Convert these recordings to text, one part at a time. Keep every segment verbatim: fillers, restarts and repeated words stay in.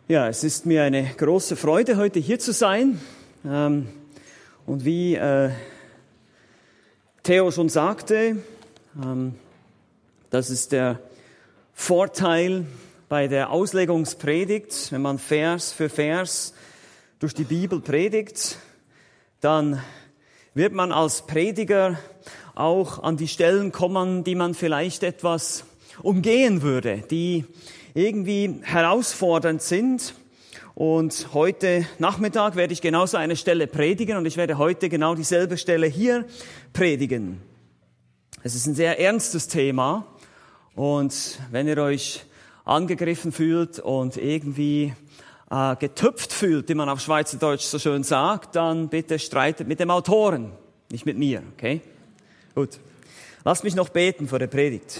Ja, es ist mir eine große Freude, heute hier zu sein. Ähm, und wie äh, Theo schon sagte, ähm, das ist der Vorteil bei der Auslegungspredigt. Wenn man Vers für Vers durch die Bibel predigt, dann wird man als Prediger auch an die Stellen kommen, die man vielleicht etwas umgehen würde, die irgendwie herausfordernd sind. Und heute Nachmittag werde ich genauso eine Stelle predigen und ich werde heute genau dieselbe Stelle hier predigen. Es ist ein sehr ernstes Thema und wenn ihr euch angegriffen fühlt und irgendwie äh, getüpft fühlt, wie man auf Schweizerdeutsch so schön sagt, dann bitte streitet mit dem Autoren, nicht mit mir, okay? Gut. Lasst mich noch beten vor der Predigt.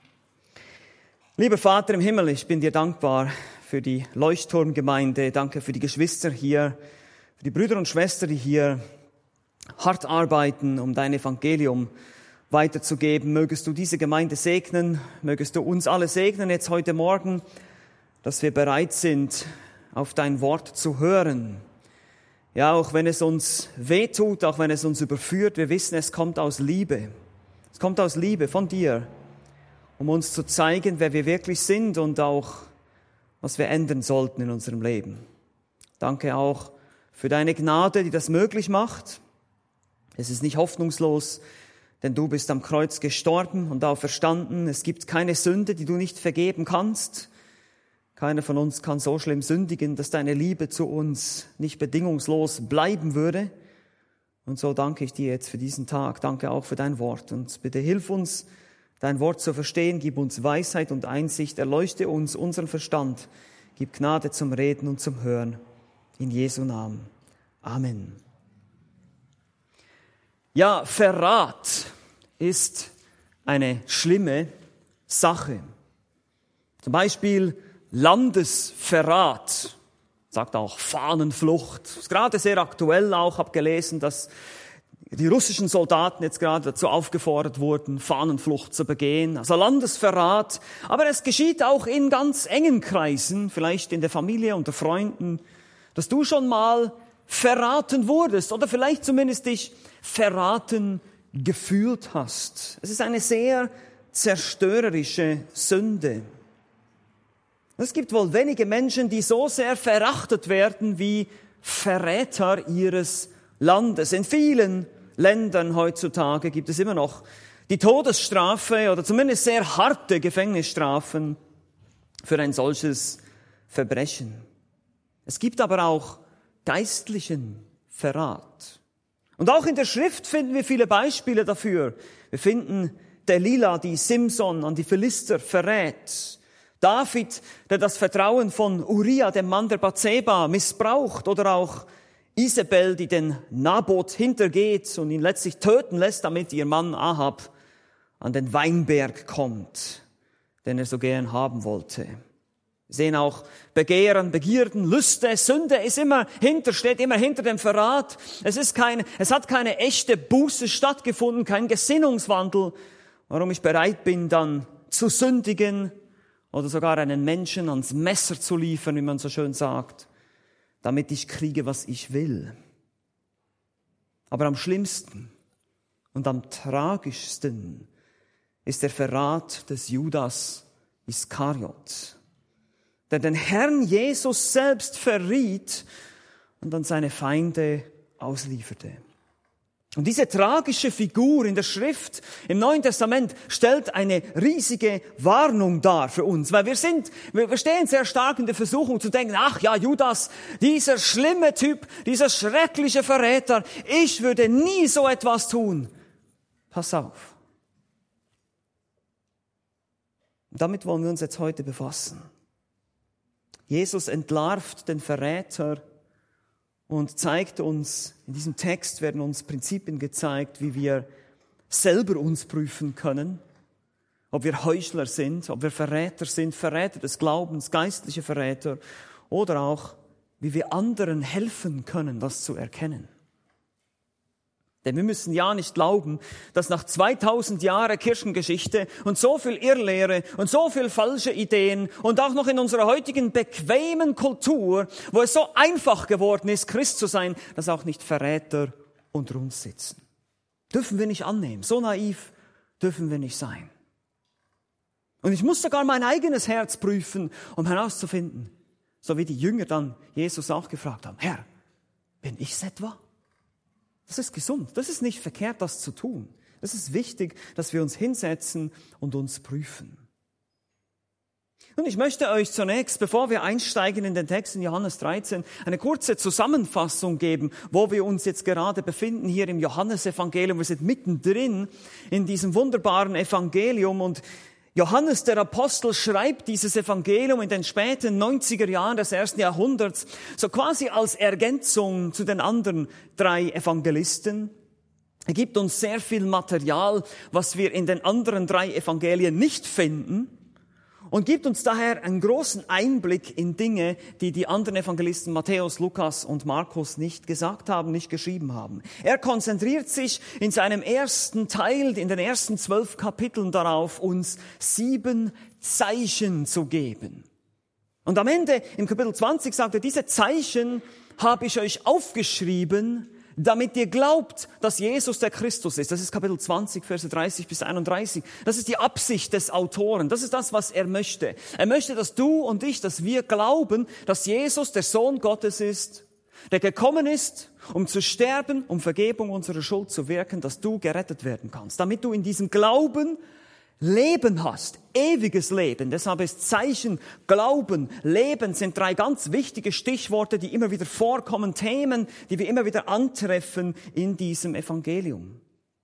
Lieber Vater im Himmel, ich bin dir dankbar für die Leuchtturmgemeinde. Danke für die Geschwister hier, für die Brüder und Schwestern, die hier hart arbeiten, um dein Evangelium weiterzugeben. Mögest du diese Gemeinde segnen, mögest du uns alle segnen jetzt heute Morgen, dass wir bereit sind, auf dein Wort zu hören. Ja, auch wenn es uns wehtut, auch wenn es uns überführt, wir wissen, es kommt aus Liebe. Es kommt aus Liebe von dir, um uns zu zeigen, wer wir wirklich sind und auch, was wir ändern sollten in unserem Leben. Danke auch für deine Gnade, die das möglich macht. Es ist nicht hoffnungslos, denn du bist am Kreuz gestorben und auferstanden. Es gibt keine Sünde, die du nicht vergeben kannst. Keiner von uns kann so schlimm sündigen, dass deine Liebe zu uns nicht bedingungslos bleiben würde. Und so danke ich dir jetzt für diesen Tag. Danke auch für dein Wort. Und bitte hilf uns, dein Wort zu verstehen, gib uns Weisheit und Einsicht, erleuchte uns unseren Verstand, gib Gnade zum Reden und zum Hören. In Jesu Namen. Amen. Ja, Verrat ist eine schlimme Sache. Zum Beispiel Landesverrat, sagt auch Fahnenflucht. Das ist gerade sehr aktuell auch, habe gelesen, dass die russischen Soldaten jetzt gerade dazu aufgefordert wurden, Fahnenflucht zu begehen, also Landesverrat. Aber es geschieht auch in ganz engen Kreisen, vielleicht in der Familie, unter Freunden, dass du schon mal verraten wurdest oder vielleicht zumindest dich verraten gefühlt hast. Es ist eine sehr zerstörerische Sünde. Es gibt wohl wenige Menschen, die so sehr verachtet werden wie Verräter ihres Landes. In vielen Ländern heutzutage gibt es immer noch die Todesstrafe oder zumindest sehr harte Gefängnisstrafen für ein solches Verbrechen. Es gibt aber auch geistlichen Verrat. Und auch in der Schrift finden wir viele Beispiele dafür. Wir finden Delila, die Simson an die Philister verrät. David, der das Vertrauen von Uriah, dem Mann der Bathseba, missbraucht. Oder auch Isabel, die den Naboth hintergeht und ihn letztlich töten lässt, damit ihr Mann Ahab an den Weinberg kommt, den er so gern haben wollte. Wir sehen auch Begehren, Begierden, Lüste, Sünde ist immer hinter, steht immer hinter dem Verrat. Es ist keine, es hat keine echte Buße stattgefunden, kein Gesinnungswandel, warum ich bereit bin, dann zu sündigen oder sogar einen Menschen ans Messer zu liefern, wie man so schön sagt, damit ich kriege, was ich will. Aber am schlimmsten und am tragischsten ist der Verrat des Judas Iskariot, der den Herrn Jesus selbst verriet und an seine Feinde auslieferte. Und diese tragische Figur in der Schrift, im Neuen Testament, stellt eine riesige Warnung dar für uns. Weil wir sind, wir stehen sehr stark in der Versuchung zu denken, ach ja, Judas, dieser schlimme Typ, dieser schreckliche Verräter, ich würde nie so etwas tun. Pass auf. Und damit wollen wir uns jetzt heute befassen. Jesus entlarvt den Verräter und zeigt uns, in diesem Text werden uns Prinzipien gezeigt, wie wir selber uns prüfen können, ob wir Heuchler sind, ob wir Verräter sind, Verräter des Glaubens, geistliche Verräter, oder auch, wie wir anderen helfen können, das zu erkennen. Denn wir müssen ja nicht glauben, dass nach zweitausend Jahren Kirchengeschichte und so viel Irrlehre und so viel falsche Ideen und auch noch in unserer heutigen bequemen Kultur, wo es so einfach geworden ist, Christ zu sein, dass auch nicht Verräter unter uns sitzen. Dürfen wir nicht annehmen. So naiv dürfen wir nicht sein. Und ich muss sogar mein eigenes Herz prüfen, um herauszufinden, so wie die Jünger dann Jesus auch gefragt haben, Herr, bin ich's etwa? Das ist gesund, das ist nicht verkehrt, das zu tun. Es ist wichtig, dass wir uns hinsetzen und uns prüfen. Und ich möchte euch zunächst, bevor wir einsteigen in den Text in Johannes dreizehn, eine kurze Zusammenfassung geben, wo wir uns jetzt gerade befinden, hier im Johannesevangelium. Wir sind mittendrin in diesem wunderbaren Evangelium und Johannes, der Apostel, schreibt dieses Evangelium in den späten neunziger Jahren des ersten Jahrhunderts, so quasi als Ergänzung zu den anderen drei Evangelisten. Er gibt uns sehr viel Material, was wir in den anderen drei Evangelien nicht finden, und gibt uns daher einen großen Einblick in Dinge, die die anderen Evangelisten Matthäus, Lukas und Markus nicht gesagt haben, nicht geschrieben haben. Er konzentriert sich in seinem ersten Teil, in den ersten zwölf Kapiteln darauf, uns sieben Zeichen zu geben. Und am Ende, im Kapitel zwanzig, sagt er, diese Zeichen habe ich euch aufgeschrieben, damit ihr glaubt, dass Jesus der Christus ist. Das ist Kapitel zwanzig, Verse dreißig bis einunddreißig. Das ist die Absicht des Autoren. Das ist das, was er möchte. Er möchte, dass du und ich, dass wir glauben, dass Jesus der Sohn Gottes ist, der gekommen ist, um zu sterben, um Vergebung unserer Schuld zu wirken, dass du gerettet werden kannst. Damit du in diesem Glauben Leben hast, ewiges Leben. Deshalb ist Zeichen, Glauben, Leben sind drei ganz wichtige Stichworte, die immer wieder vorkommen, Themen, die wir immer wieder antreffen in diesem Evangelium.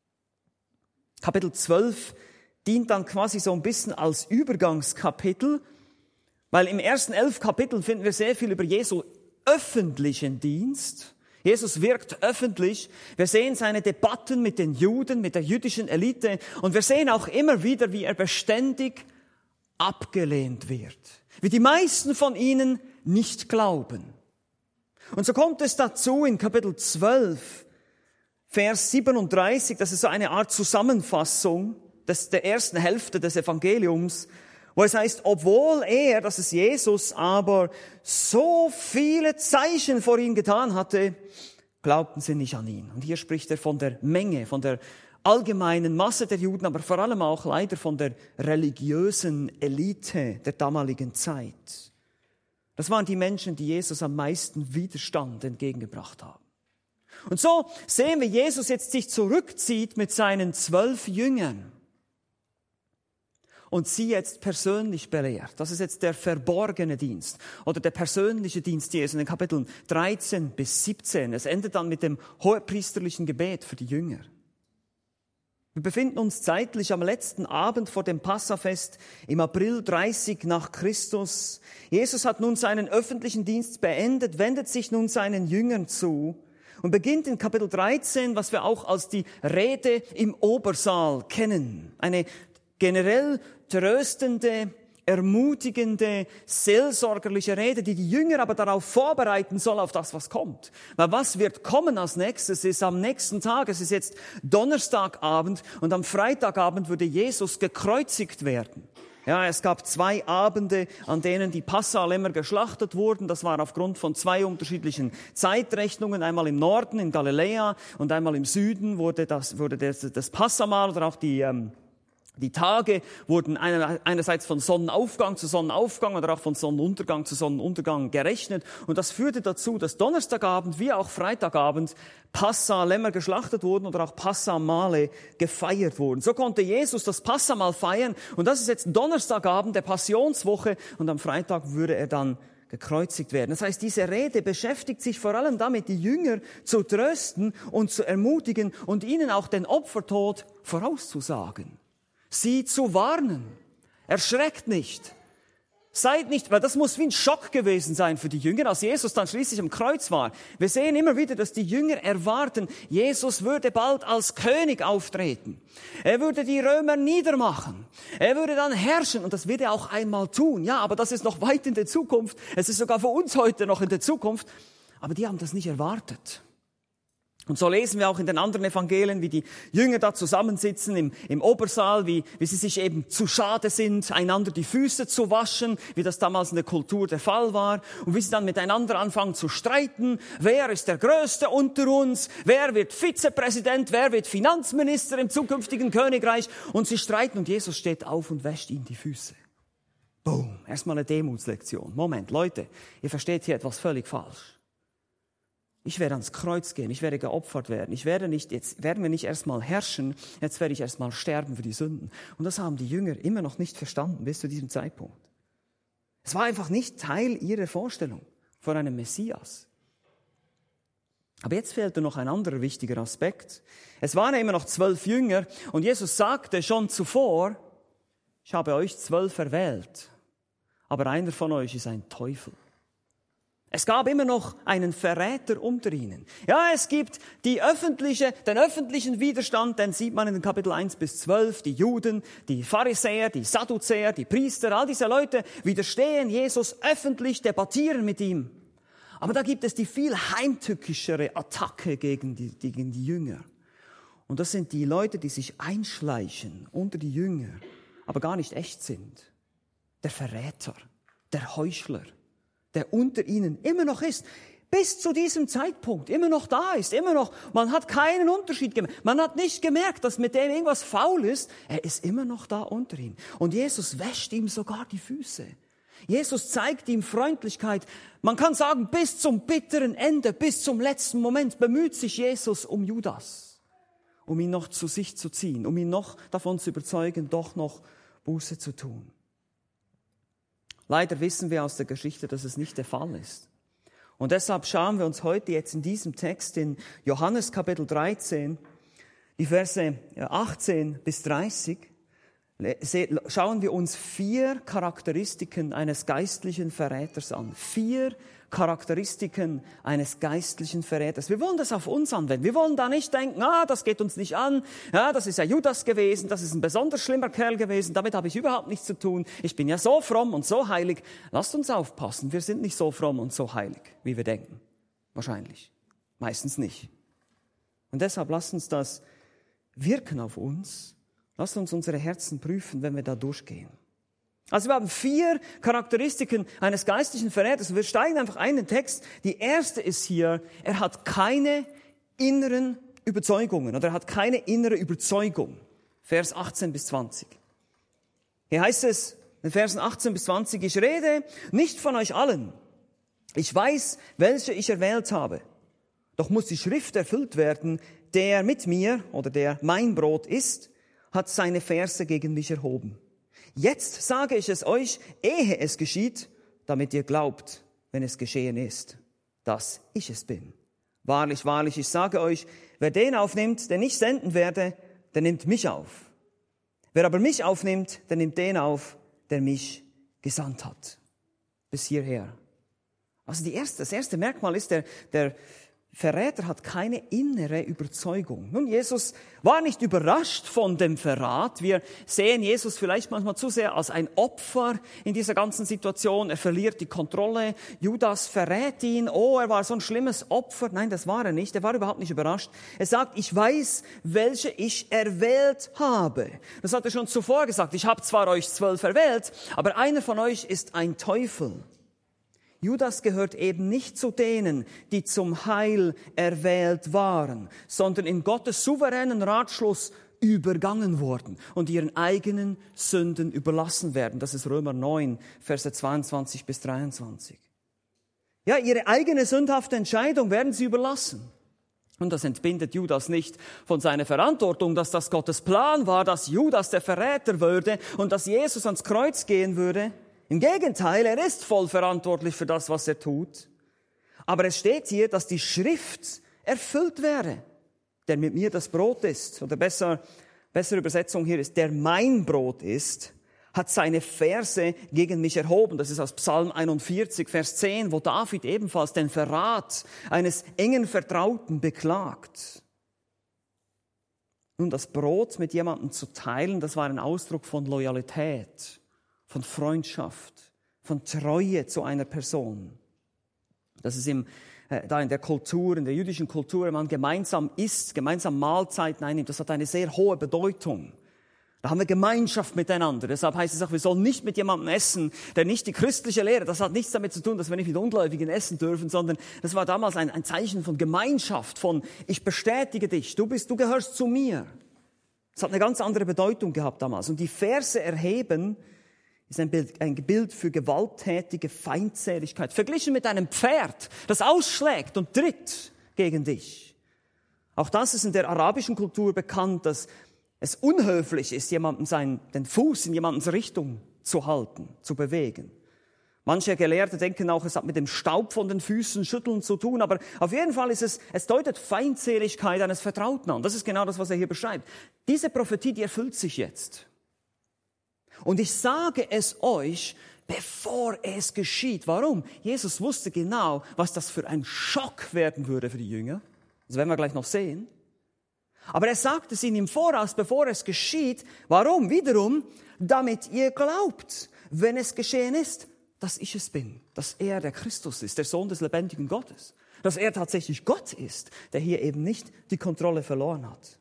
Kapitel zwölf dient dann quasi so ein bisschen als Übergangskapitel, weil im ersten elf Kapiteln finden wir sehr viel über Jesu öffentlichen Dienst. Jesus wirkt öffentlich. Wir sehen seine Debatten mit den Juden, mit der jüdischen Elite. Und wir sehen auch immer wieder, wie er beständig abgelehnt wird. Wie die meisten von ihnen nicht glauben. Und so kommt es dazu in Kapitel zwölf, Vers siebenunddreißig, das ist so eine Art Zusammenfassung des, der ersten Hälfte des Evangeliums, wo es heißt, obwohl er, das ist Jesus, aber so viele Zeichen vor ihm getan hatte, glaubten sie nicht an ihn. Und hier spricht er von der Menge, von der allgemeinen Masse der Juden, aber vor allem auch leider von der religiösen Elite der damaligen Zeit. Das waren die Menschen, die Jesus am meisten Widerstand entgegengebracht haben. Und so sehen wir, Jesus jetzt sich zurückzieht mit seinen zwölf Jüngern und sie jetzt persönlich belehrt. Das ist jetzt der verborgene Dienst oder der persönliche Dienst Jesu in den Kapiteln dreizehn bis siebzehn. Es endet dann mit dem hohepriesterlichen Gebet für die Jünger. Wir befinden uns zeitlich am letzten Abend vor dem Passafest im April dreißig nach Christus. Jesus hat nun seinen öffentlichen Dienst beendet, wendet sich nun seinen Jüngern zu und beginnt in Kapitel dreizehn, was wir auch als die Rede im Obersaal kennen. Eine generell tröstende, ermutigende, seelsorgerliche Rede, die die Jünger aber darauf vorbereiten soll, auf das, was kommt. Weil was wird kommen als nächstes, ist am nächsten Tag, es ist jetzt Donnerstagabend und am Freitagabend würde Jesus gekreuzigt werden. Ja, es gab zwei Abende, an denen die Passalämmer geschlachtet wurden. Das war aufgrund von zwei unterschiedlichen Zeitrechnungen. Einmal im Norden, in Galiläa, und einmal im Süden wurde das, wurde das, das Passamahl oder auch die, ähm, Die Tage wurden einerseits von Sonnenaufgang zu Sonnenaufgang oder auch von Sonnenuntergang zu Sonnenuntergang gerechnet. Und das führte dazu, dass Donnerstagabend wie auch Freitagabend Passa-Lämmer geschlachtet wurden oder auch Passamale gefeiert wurden. So konnte Jesus das Passamal feiern. Und das ist jetzt Donnerstagabend der Passionswoche. Und am Freitag würde er dann gekreuzigt werden. Das heißt, diese Rede beschäftigt sich vor allem damit, die Jünger zu trösten und zu ermutigen und ihnen auch den Opfertod vorauszusagen. Sie zu warnen. Erschreckt nicht. Seid nicht, weil das muss wie ein Schock gewesen sein für die Jünger, als Jesus dann schließlich am Kreuz war. Wir sehen immer wieder, dass die Jünger erwarten, Jesus würde bald als König auftreten. Er würde die Römer niedermachen. Er würde dann herrschen und das wird er auch einmal tun. Ja, aber das ist noch weit in der Zukunft. Es ist sogar für uns heute noch in der Zukunft. Aber die haben das nicht erwartet. Und so lesen wir auch in den anderen Evangelien, wie die Jünger da zusammensitzen im, im Obersaal, wie, wie sie sich eben zu schade sind, einander die Füße zu waschen, wie das damals in der Kultur der Fall war. Und wie sie dann miteinander anfangen zu streiten. Wer ist der Größte unter uns? Wer wird Vizepräsident? Wer wird Finanzminister im zukünftigen Königreich? Und sie streiten und Jesus steht auf und wäscht ihnen die Füße. Boom. Erstmal eine Demutslektion. Moment, Leute, ihr versteht hier etwas völlig falsch. Ich werde ans Kreuz gehen, ich werde geopfert werden. Ich werde nicht, jetzt werden wir nicht erstmal herrschen, jetzt werde ich erstmal sterben für die Sünden. Und das haben die Jünger immer noch nicht verstanden bis zu diesem Zeitpunkt. Es war einfach nicht Teil ihrer Vorstellung von einem Messias. Aber jetzt fehlte noch ein anderer wichtiger Aspekt. Es waren ja immer noch zwölf Jünger und Jesus sagte schon zuvor, ich habe euch zwölf erwählt, aber einer von euch ist ein Teufel. Es gab immer noch einen Verräter unter ihnen. Ja, es gibt die öffentliche, den öffentlichen Widerstand, den sieht man in den Kapitel eins bis zwölf. Die Juden, die Pharisäer, die Sadduzäer, die Priester, all diese Leute widerstehen Jesus öffentlich, debattieren mit ihm. Aber da gibt es die viel heimtückischere Attacke gegen die, gegen die Jünger. Und das sind die Leute, die sich einschleichen unter die Jünger, aber gar nicht echt sind. Der Verräter, der Heuchler, der unter ihnen immer noch ist, bis zu diesem Zeitpunkt immer noch da ist, immer noch, man hat keinen Unterschied gemerkt, man hat nicht gemerkt, dass mit dem irgendwas faul ist, er ist immer noch da unter ihnen. Und Jesus wäscht ihm sogar die Füße. Jesus zeigt ihm Freundlichkeit. Man kann sagen, bis zum bitteren Ende, bis zum letzten Moment bemüht sich Jesus um Judas, um ihn noch zu sich zu ziehen, um ihn noch davon zu überzeugen, doch noch Buße zu tun. Leider wissen wir aus der Geschichte, dass es nicht der Fall ist. Und deshalb schauen wir uns heute jetzt in diesem Text in Johannes Kapitel dreizehn, die Verse achtzehn bis dreißig, schauen wir uns vier Charakteristiken eines geistlichen Verräters an. Vier Charakteristiken eines geistlichen Verräters. Wir wollen das auf uns anwenden. Wir wollen da nicht denken, ah, das geht uns nicht an, ja, das ist ja Judas gewesen, das ist ein besonders schlimmer Kerl gewesen, damit habe ich überhaupt nichts zu tun. Ich bin ja so fromm und so heilig. Lasst uns aufpassen, wir sind nicht so fromm und so heilig, wie wir denken. Wahrscheinlich. Meistens nicht. Und deshalb lasst uns das wirken auf uns. Lasst uns unsere Herzen prüfen, wenn wir da durchgehen. Also wir haben vier Charakteristiken eines geistlichen Verräters. Wir steigen einfach ein in den Text. Die erste ist hier, er hat keine inneren Überzeugungen oder er hat keine innere Überzeugung. Vers achtzehn bis zwanzig. Hier heißt es in Versen achtzehn bis zwanzig, ich rede nicht von euch allen. Ich weiß, welche ich erwählt habe. Doch muss die Schrift erfüllt werden, der mit mir oder der mein Brot isst, hat seine Verse gegen mich erhoben. Jetzt sage ich es euch, ehe es geschieht, damit ihr glaubt, wenn es geschehen ist, dass ich es bin. Wahrlich, wahrlich, ich sage euch, wer den aufnimmt, den ich senden werde, der nimmt mich auf. Wer aber mich aufnimmt, der nimmt den auf, der mich gesandt hat. Bis hierher. Also die erste, das erste Merkmal ist, der, der Verräter hat keine innere Überzeugung. Nun, Jesus war nicht überrascht von dem Verrat. Wir sehen Jesus vielleicht manchmal zu sehr als ein Opfer in dieser ganzen Situation. Er verliert die Kontrolle. Judas verrät ihn. Oh, er war so ein schlimmes Opfer. Nein, das war er nicht. Er war überhaupt nicht überrascht. Er sagt, ich weiß, welche ich erwählt habe. Das hat er schon zuvor gesagt. Ich habe zwar euch zwölf erwählt, aber einer von euch ist ein Teufel. Judas gehört eben nicht zu denen, die zum Heil erwählt waren, sondern in Gottes souveränen Ratschluss übergangen wurden und ihren eigenen Sünden überlassen werden. Das ist Römer neun, Verse zweiundzwanzig bis dreiundzwanzig. Ja, ihre eigene sündhafte Entscheidung werden sie überlassen. Und das entbindet Judas nicht von seiner Verantwortung, dass das Gottes Plan war, dass Judas der Verräter würde und dass Jesus ans Kreuz gehen würde. Im Gegenteil, er ist voll verantwortlich für das, was er tut. Aber es steht hier, dass die Schrift erfüllt wäre, der mit mir das Brot isst. Oder besser, bessere Übersetzung hier ist, der mein Brot isst, hat seine Verse gegen mich erhoben. Das ist aus Psalm einundvierzig, Vers zehn, wo David ebenfalls den Verrat eines engen Vertrauten beklagt. Nun, das Brot mit jemandem zu teilen, das war ein Ausdruck von Loyalität, von Freundschaft, von Treue zu einer Person. Das ist im äh, da in der Kultur, in der jüdischen Kultur, wenn man gemeinsam isst, gemeinsam Mahlzeiten einnimmt, das hat eine sehr hohe Bedeutung. Da haben wir Gemeinschaft miteinander. Deshalb heißt es auch, wir sollen nicht mit jemandem essen, der nicht die christliche Lehre, das hat nichts damit zu tun, dass wir nicht mit Ungläubigen essen dürfen, sondern das war damals ein, ein Zeichen von Gemeinschaft, von ich bestätige dich, du bist, du gehörst zu mir. Das hat eine ganz andere Bedeutung gehabt damals. Und die Verse erheben ist ein Bild, ein Bild für gewalttätige Feindseligkeit. Verglichen mit einem Pferd, das ausschlägt und tritt gegen dich. Auch das ist in der arabischen Kultur bekannt, dass es unhöflich ist, jemanden seinen, den Fuß in jemandens Richtung zu halten, zu bewegen. Manche Gelehrte denken auch, es hat mit dem Staub von den Füßen schütteln zu tun, aber auf jeden Fall ist es, es deutet Feindseligkeit eines Vertrauten an. Das ist genau das, was er hier beschreibt. Diese Prophetie, die erfüllt sich jetzt. Und ich sage es euch, bevor es geschieht. Warum? Jesus wusste genau, was das für ein Schock werden würde für die Jünger. Das werden wir gleich noch sehen. Aber er sagt es ihnen im Voraus, bevor es geschieht. Warum? Wiederum, damit ihr glaubt, wenn es geschehen ist, dass ich es bin, dass er der Christus ist, der Sohn des lebendigen Gottes, dass er tatsächlich Gott ist, der hier eben nicht die Kontrolle verloren hat.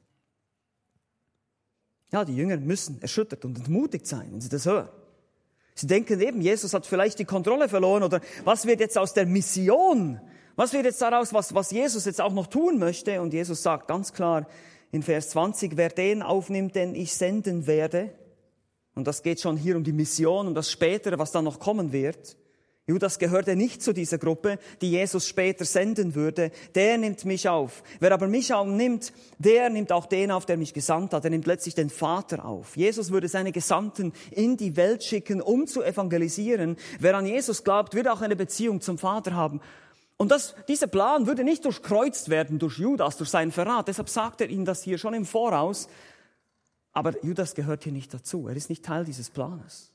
Ja, die Jünger müssen erschüttert und entmutigt sein, wenn sie das hören. Sie denken eben, Jesus hat vielleicht die Kontrolle verloren oder was wird jetzt aus der Mission? Was wird jetzt daraus, was, was Jesus jetzt auch noch tun möchte? Und Jesus sagt ganz klar in Vers zwanzig, wer den aufnimmt, den ich senden werde, und das geht schon hier um die Mission, um das Spätere, was dann noch kommen wird. Judas gehörte nicht zu dieser Gruppe, die Jesus später senden würde. Der nimmt mich auf. Wer aber mich aufnimmt, der nimmt auch den auf, der mich gesandt hat. Er nimmt letztlich den Vater auf. Jesus würde seine Gesandten in die Welt schicken, um zu evangelisieren. Wer an Jesus glaubt, wird auch eine Beziehung zum Vater haben. Und das, dieser Plan würde nicht durchkreuzt werden durch Judas, durch seinen Verrat. Deshalb sagt er ihnen das hier schon im Voraus. Aber Judas gehört hier nicht dazu. Er ist nicht Teil dieses Planes.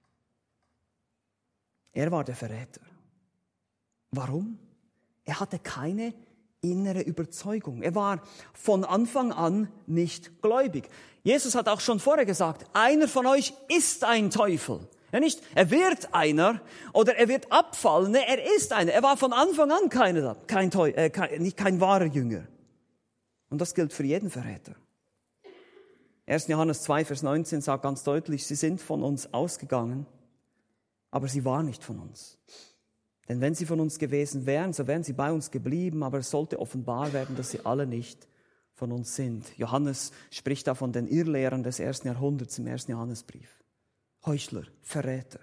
Er war der Verräter. Warum? Er hatte keine innere Überzeugung. Er war von Anfang an nicht gläubig. Jesus hat auch schon vorher gesagt, einer von euch ist ein Teufel. Ja, nicht, er wird einer oder er wird abfallen. Nee, er ist einer. Er war von Anfang an keine, kein, äh, kein, nicht, kein wahrer Jünger. Und das gilt für jeden Verräter. erster Johannes zwei, Vers neunzehn sagt ganz deutlich, sie sind von uns ausgegangen, aber sie waren nicht von uns. Denn wenn sie von uns gewesen wären, so wären sie bei uns geblieben, aber es sollte offenbar werden, dass sie alle nicht von uns sind. Johannes spricht da von den Irrlehrern des ersten Jahrhunderts im ersten Johannesbrief. Heuchler, Verräter.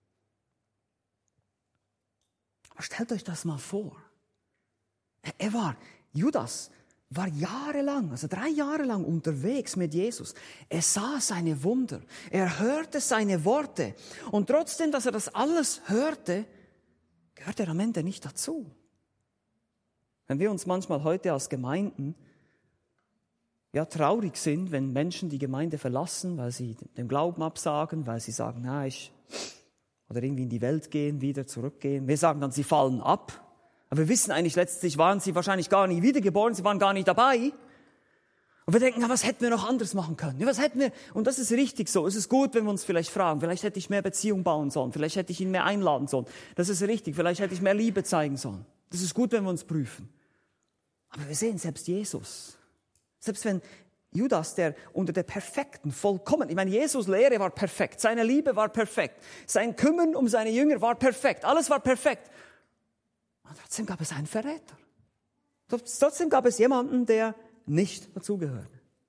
Aber stellt euch das mal vor. Er war, Judas war jahrelang, also drei Jahre lang unterwegs mit Jesus. Er sah seine Wunder, er hörte seine Worte. Und trotzdem, dass er das alles hörte, gehört er am Ende nicht dazu. Wenn wir uns manchmal heute als Gemeinden ja, traurig sind, wenn Menschen die Gemeinde verlassen, weil sie den Glauben absagen, weil sie sagen, na, ich, oder irgendwie in die Welt gehen, wieder zurückgehen. Wir sagen dann, sie fallen ab. Aber wir wissen eigentlich, letztlich waren sie wahrscheinlich gar nicht wiedergeboren, sie waren gar nicht dabei. Und wir denken, na, was hätten wir noch anderes machen können? Ja, was hätten wir? Und das ist richtig so. Es ist gut, wenn wir uns vielleicht fragen, vielleicht hätte ich mehr Beziehung bauen sollen, vielleicht hätte ich ihn mehr einladen sollen. Das ist richtig, vielleicht hätte ich mehr Liebe zeigen sollen. Das ist gut, wenn wir uns prüfen. Aber wir sehen selbst Jesus. Selbst wenn Judas, der unter der perfekten, vollkommen, ich meine, Jesus' Lehre war perfekt, seine Liebe war perfekt, sein Kümmern um seine Jünger war perfekt, alles war perfekt. Und trotzdem gab es einen Verräter. Trotzdem gab es jemanden, der nicht dazugehört.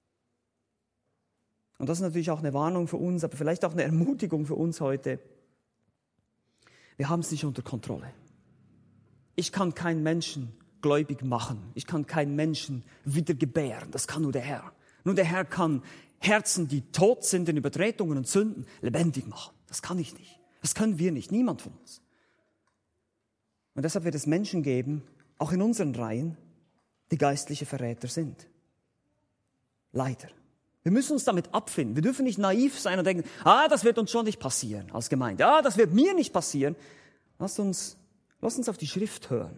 Und das ist natürlich auch eine Warnung für uns, aber vielleicht auch eine Ermutigung für uns heute. Wir haben es nicht unter Kontrolle. Ich kann keinen Menschen gläubig machen. Ich kann keinen Menschen wieder gebären. Das kann nur der Herr. Nur der Herr kann Herzen, die tot sind in Übertretungen und Sünden, lebendig machen. Das kann ich nicht. Das können wir nicht. Niemand von uns. Und deshalb wird es Menschen geben, auch in unseren Reihen, die geistliche Verräter sind. Leider. Wir müssen uns damit abfinden. Wir dürfen nicht naiv sein und denken, ah, das wird uns schon nicht passieren als Gemeinde. Ah, das wird mir nicht passieren. Lasst uns, lasst uns auf die Schrift hören.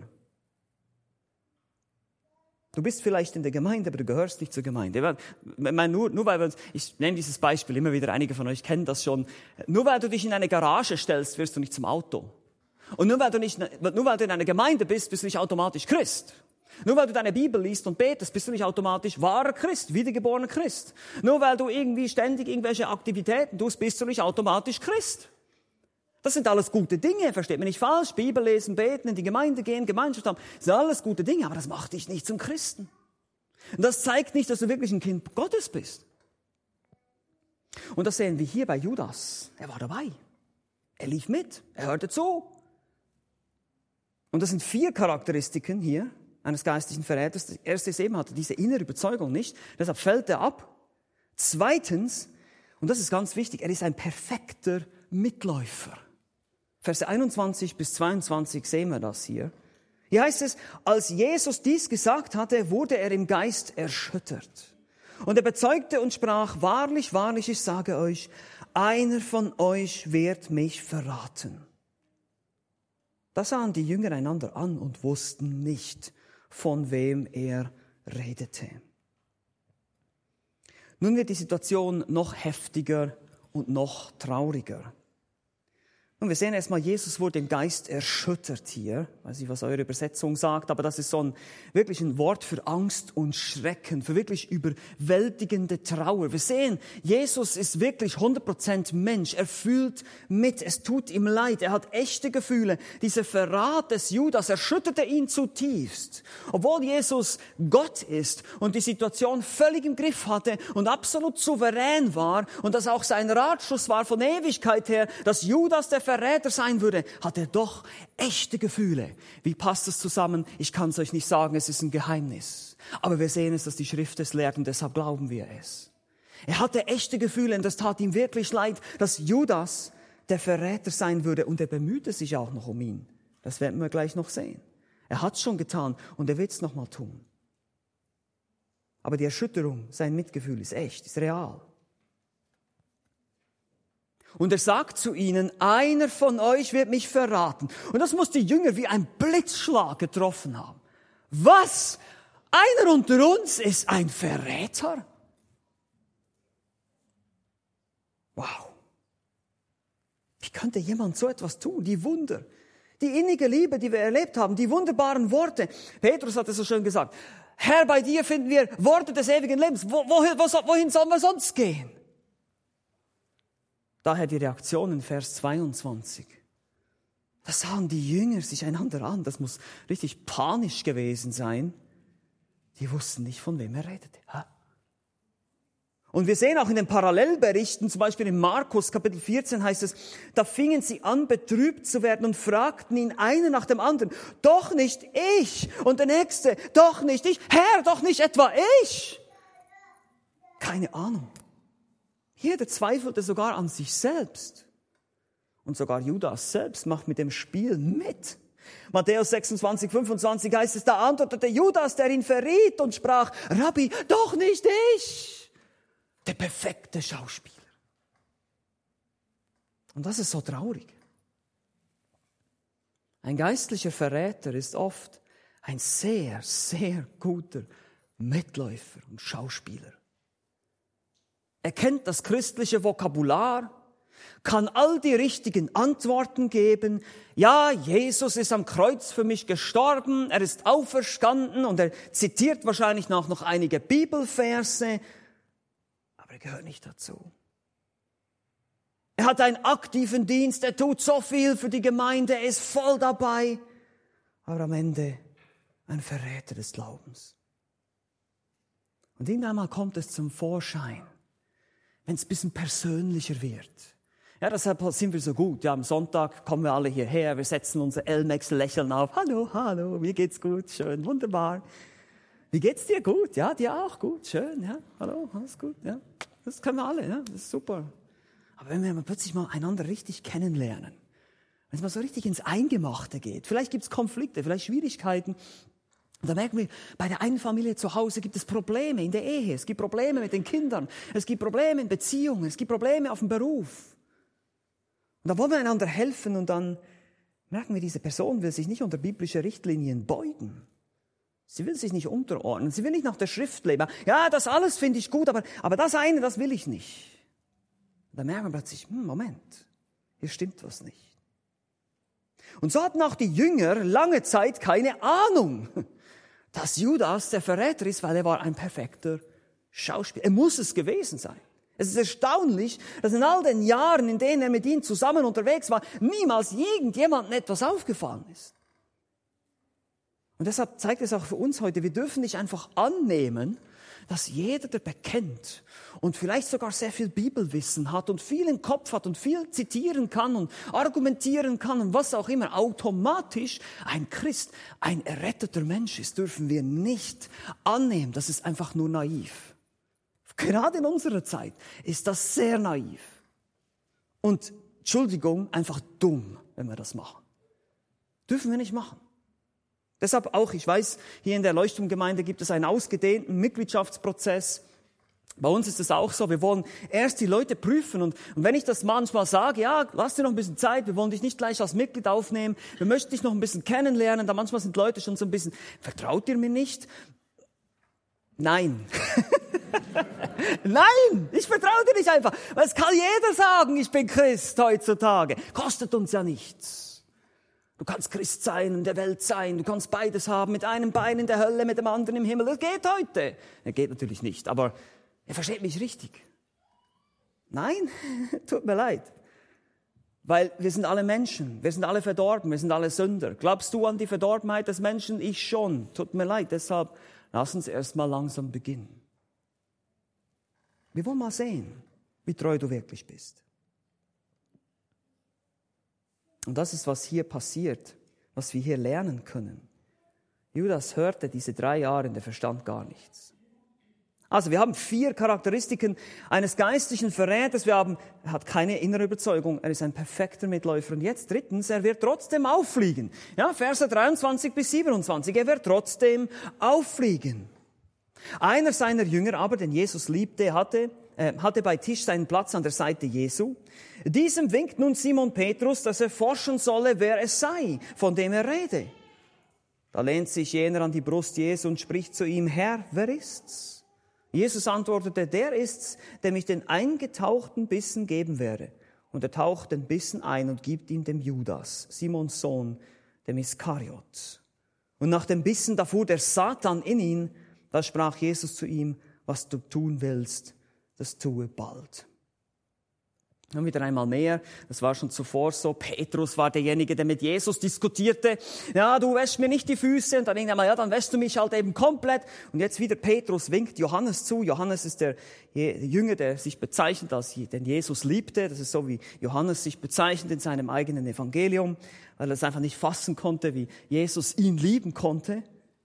Du bist vielleicht in der Gemeinde, aber du gehörst nicht zur Gemeinde. Ich meine, nur, nur weil wir uns, ich nehme dieses Beispiel immer wieder, einige von euch kennen das schon. Nur weil du dich in eine Garage stellst, wirst du nicht zum Auto. Und nur weil du nicht, nur weil du in einer Gemeinde bist, bist du nicht automatisch Christ. Nur weil du deine Bibel liest und betest, bist du nicht automatisch wahrer Christ, wiedergeborener Christ. Nur weil du irgendwie ständig irgendwelche Aktivitäten tust, bist du nicht automatisch Christ. Das sind alles gute Dinge, versteht mich nicht falsch. Bibel lesen, beten, in die Gemeinde gehen, Gemeinschaft haben, das sind alles gute Dinge, aber das macht dich nicht zum Christen. Und das zeigt nicht, dass du wirklich ein Kind Gottes bist. Und das sehen wir hier bei Judas. Er war dabei. Er lief mit. Er hörte zu. Und das sind vier Charakteristiken hier eines geistlichen Verräters. Das erste ist eben, hatte diese innere Überzeugung nicht. Deshalb fällt er ab. Zweitens, und das ist ganz wichtig, er ist ein perfekter Mitläufer. Verse einundzwanzig bis zweiundzwanzig sehen wir das hier. Hier heißt es, als Jesus dies gesagt hatte, wurde er im Geist erschüttert. Und er bezeugte und sprach, wahrlich, wahrlich, ich sage euch, einer von euch wird mich verraten. Da sahen die Jünger einander an und wussten nicht, von wem er redete. Nun wird die Situation noch heftiger und noch trauriger. Und wir sehen erstmal, Jesus wurde im Geist erschüttert hier. Ich weiß nicht, was eure Übersetzung sagt, aber das ist so ein wirklich ein Wort für Angst und Schrecken, für wirklich überwältigende Trauer. Wir sehen, Jesus ist wirklich hundert Prozent Mensch. Er fühlt mit, es tut ihm leid, er hat echte Gefühle. Dieser Verrat des Judas erschütterte ihn zutiefst. Obwohl Jesus Gott ist und die Situation völlig im Griff hatte und absolut souverän war und das auch sein Ratschluss war von Ewigkeit her, dass Judas der Verräter sein würde, hat er doch echte Gefühle. Wie passt das zusammen? Ich kann es euch nicht sagen, es ist ein Geheimnis. Aber wir sehen es, dass die Schrift es lehrt und deshalb glauben wir es. Er hatte echte Gefühle und das tat ihm wirklich leid, dass Judas der Verräter sein würde und er bemühte sich auch noch um ihn. Das werden wir gleich noch sehen. Er hat es schon getan und er wird es noch mal tun. Aber die Erschütterung, sein Mitgefühl ist echt, ist real. Und er sagt zu ihnen, einer von euch wird mich verraten. Und das muss die Jünger wie ein Blitzschlag getroffen haben. Was? Einer unter uns ist ein Verräter? Wow. Wie könnte jemand so etwas tun? Die Wunder, die innige Liebe, die wir erlebt haben, die wunderbaren Worte. Petrus hat es so schön gesagt. Herr, bei dir finden wir Worte des ewigen Lebens. Wo, wohin, wohin sollen wir sonst gehen? Daher die Reaktion in Vers zweiundzwanzig. Da sahen die Jünger sich einander an. Das muss richtig panisch gewesen sein. Die wussten nicht, von wem er redete. Und wir sehen auch in den Parallelberichten, zum Beispiel in Markus Kapitel vierzehn heißt es, da fingen sie an, betrübt zu werden und fragten ihn einer nach dem anderen, doch nicht ich. Und der Nächste, doch nicht ich. Herr, doch nicht etwa ich. Keine Ahnung. Jeder zweifelte sogar an sich selbst. Und sogar Judas selbst macht mit dem Spiel mit. Matthäus sechsundzwanzig, fünfundzwanzig heißt es, da antwortete Judas, der ihn verriet und sprach, Rabbi, doch nicht ich. Der perfekte Schauspieler. Und das ist so traurig. Ein geistlicher Verräter ist oft ein sehr, sehr guter Mitläufer und Schauspieler. Er kennt das christliche Vokabular, kann all die richtigen Antworten geben. Ja, Jesus ist am Kreuz für mich gestorben, er ist auferstanden und er zitiert wahrscheinlich noch, noch einige Bibelverse, aber er gehört nicht dazu. Er hat einen aktiven Dienst, er tut so viel für die Gemeinde, er ist voll dabei, aber am Ende ein Verräter des Glaubens. Und irgendwann mal kommt es zum Vorschein, wenn es ein bisschen persönlicher wird. Ja, deshalb sind wir so gut. Ja, am Sonntag kommen wir alle hierher, wir setzen unser Elmex-Lächeln auf. Hallo, hallo, mir geht's gut, schön, wunderbar. Wie geht's dir? Gut? Ja, dir auch gut, schön, ja. Hallo, alles gut, ja. Das können wir alle, ja, das ist super. Aber wenn wir mal plötzlich mal einander richtig kennenlernen, wenn es mal so richtig ins Eingemachte geht, vielleicht gibt's Konflikte, vielleicht Schwierigkeiten, und da merken wir, bei der einen Familie zu Hause gibt es Probleme in der Ehe, es gibt Probleme mit den Kindern, es gibt Probleme in Beziehungen, es gibt Probleme auf dem Beruf. Und da wollen wir einander helfen und dann merken wir, diese Person will sich nicht unter biblische Richtlinien beugen. Sie will sich nicht unterordnen, sie will nicht nach der Schrift leben. Ja, das alles finde ich gut, aber, aber das eine, das will ich nicht. Und dann merken wir plötzlich, hm, Moment, hier stimmt was nicht. Und so hatten auch die Jünger lange Zeit keine Ahnung, dass Judas der Verräter ist, weil er war ein perfekter Schauspieler. Er muss es gewesen sein. Es ist erstaunlich, dass in all den Jahren, in denen er mit ihnen zusammen unterwegs war, niemals irgendjemandem etwas aufgefallen ist. Und deshalb zeigt es auch für uns heute, wir dürfen nicht einfach annehmen, dass jeder, der bekennt und vielleicht sogar sehr viel Bibelwissen hat und viel im Kopf hat und viel zitieren kann und argumentieren kann und was auch immer, automatisch ein Christ, ein erretteter Mensch ist, dürfen wir nicht annehmen. Das ist einfach nur naiv. Gerade in unserer Zeit ist das sehr naiv. Und, Entschuldigung, einfach dumm, wenn wir das machen. Dürfen wir nicht machen. Deshalb auch, ich weiß, hier in der Leuchtturmgemeinde gibt es einen ausgedehnten Mitgliedschaftsprozess. Bei uns ist es auch so, wir wollen erst die Leute prüfen. Und, und wenn ich das manchmal sage, ja, lass dir noch ein bisschen Zeit, wir wollen dich nicht gleich als Mitglied aufnehmen, wir möchten dich noch ein bisschen kennenlernen, da manchmal sind Leute schon so ein bisschen, vertraut ihr mir nicht? Nein. Nein, ich vertraue dir nicht einfach. Weil es kann jeder sagen, ich bin Christ heutzutage. Kostet uns ja nichts. Du kannst Christ sein und in der Welt sein. Du kannst beides haben, mit einem Bein in der Hölle, mit dem anderen im Himmel. Das geht heute. Das geht natürlich nicht, aber ihr versteht mich richtig. Nein, tut mir leid. Weil wir sind alle Menschen. Wir sind alle verdorben. Wir sind alle Sünder. Glaubst du an die Verdorbenheit des Menschen? Ich schon. Tut mir leid. Deshalb lass uns erst mal langsam beginnen. Wir wollen mal sehen, wie treu du wirklich bist. Und das ist, was hier passiert, was wir hier lernen können. Judas hörte diese drei Jahre und er verstand gar nichts. Also wir haben vier Charakteristiken eines geistlichen Verräters. Wir haben, er hat keine innere Überzeugung, er ist ein perfekter Mitläufer. Und jetzt drittens, er wird trotzdem auffliegen. Ja, Verse dreiundzwanzig bis siebenundzwanzig, er wird trotzdem auffliegen. Einer seiner Jünger aber, den Jesus liebte, hatte, äh, hatte bei Tisch seinen Platz an der Seite Jesu. Diesem winkt nun Simon Petrus, dass er forschen solle, wer es sei, von dem er rede. Da lehnt sich jener an die Brust Jesu und spricht zu ihm, Herr, wer ist's? Jesus antwortete, der ist's, dem ich den eingetauchten Bissen geben werde. Und er taucht den Bissen ein und gibt ihn dem Judas, Simons Sohn, dem Iskariot. Und nach dem Bissen, da fuhr der Satan in ihn. Da sprach Jesus zu ihm, was du tun willst, das tue bald. Und wieder einmal mehr, das war schon zuvor so, Petrus war derjenige, der mit Jesus diskutierte. Ja, du wäschst mir nicht die Füße. Und dann irgendwann mal, ja, dann wäschst du mich halt eben komplett. Und jetzt wieder Petrus winkt Johannes zu. Johannes ist der Jünger, der sich bezeichnet als den Jesus liebte. Das ist so, wie Johannes sich bezeichnet in seinem eigenen Evangelium, weil er es einfach nicht fassen konnte, wie Jesus ihn lieben konnte.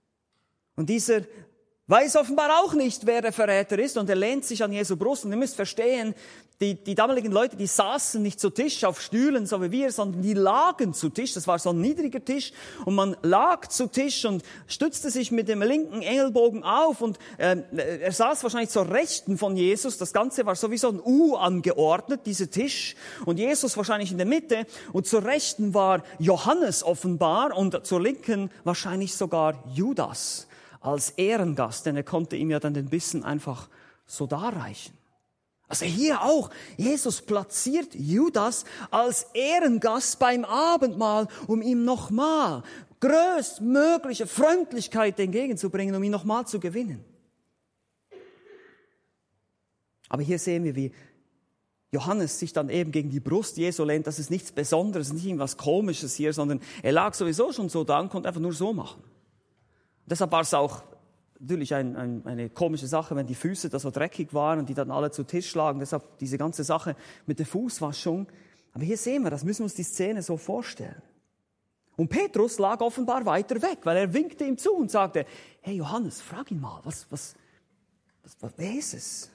Und dieser weiß offenbar auch nicht, wer der Verräter ist, und er lehnt sich an Jesu Brust. Und ihr müsst verstehen, die, die damaligen Leute, die saßen nicht zu Tisch auf Stühlen, so wie wir, sondern die lagen zu Tisch. Das war so ein niedriger Tisch und man lag zu Tisch und stützte sich mit dem linken Ellbogen auf und äh, er saß wahrscheinlich zur Rechten von Jesus. Das Ganze war sowieso ein U angeordnet, dieser Tisch, und Jesus wahrscheinlich in der Mitte, und zur Rechten war Johannes offenbar und zur Linken wahrscheinlich sogar Judas als Ehrengast, denn er konnte ihm ja dann den Bissen einfach so darreichen. Also hier auch, Jesus platziert Judas als Ehrengast beim Abendmahl, um ihm nochmal größtmögliche Freundlichkeit entgegenzubringen, um ihn nochmal zu gewinnen. Aber hier sehen wir, wie Johannes sich dann eben gegen die Brust Jesu lehnt. Das ist nichts Besonderes, nicht irgendwas Komisches hier, sondern er lag sowieso schon so da und konnte einfach nur so machen. Deshalb war es auch natürlich ein, ein, eine komische Sache, wenn die Füße da so dreckig waren und die dann alle zu Tisch lagen. Deshalb diese ganze Sache mit der Fußwaschung. Aber hier sehen wir, das müssen wir uns die Szene so vorstellen. Und Petrus lag offenbar weiter weg, weil er winkte ihm zu und sagte, hey Johannes, frag ihn mal, was, was, was, was wer ist es?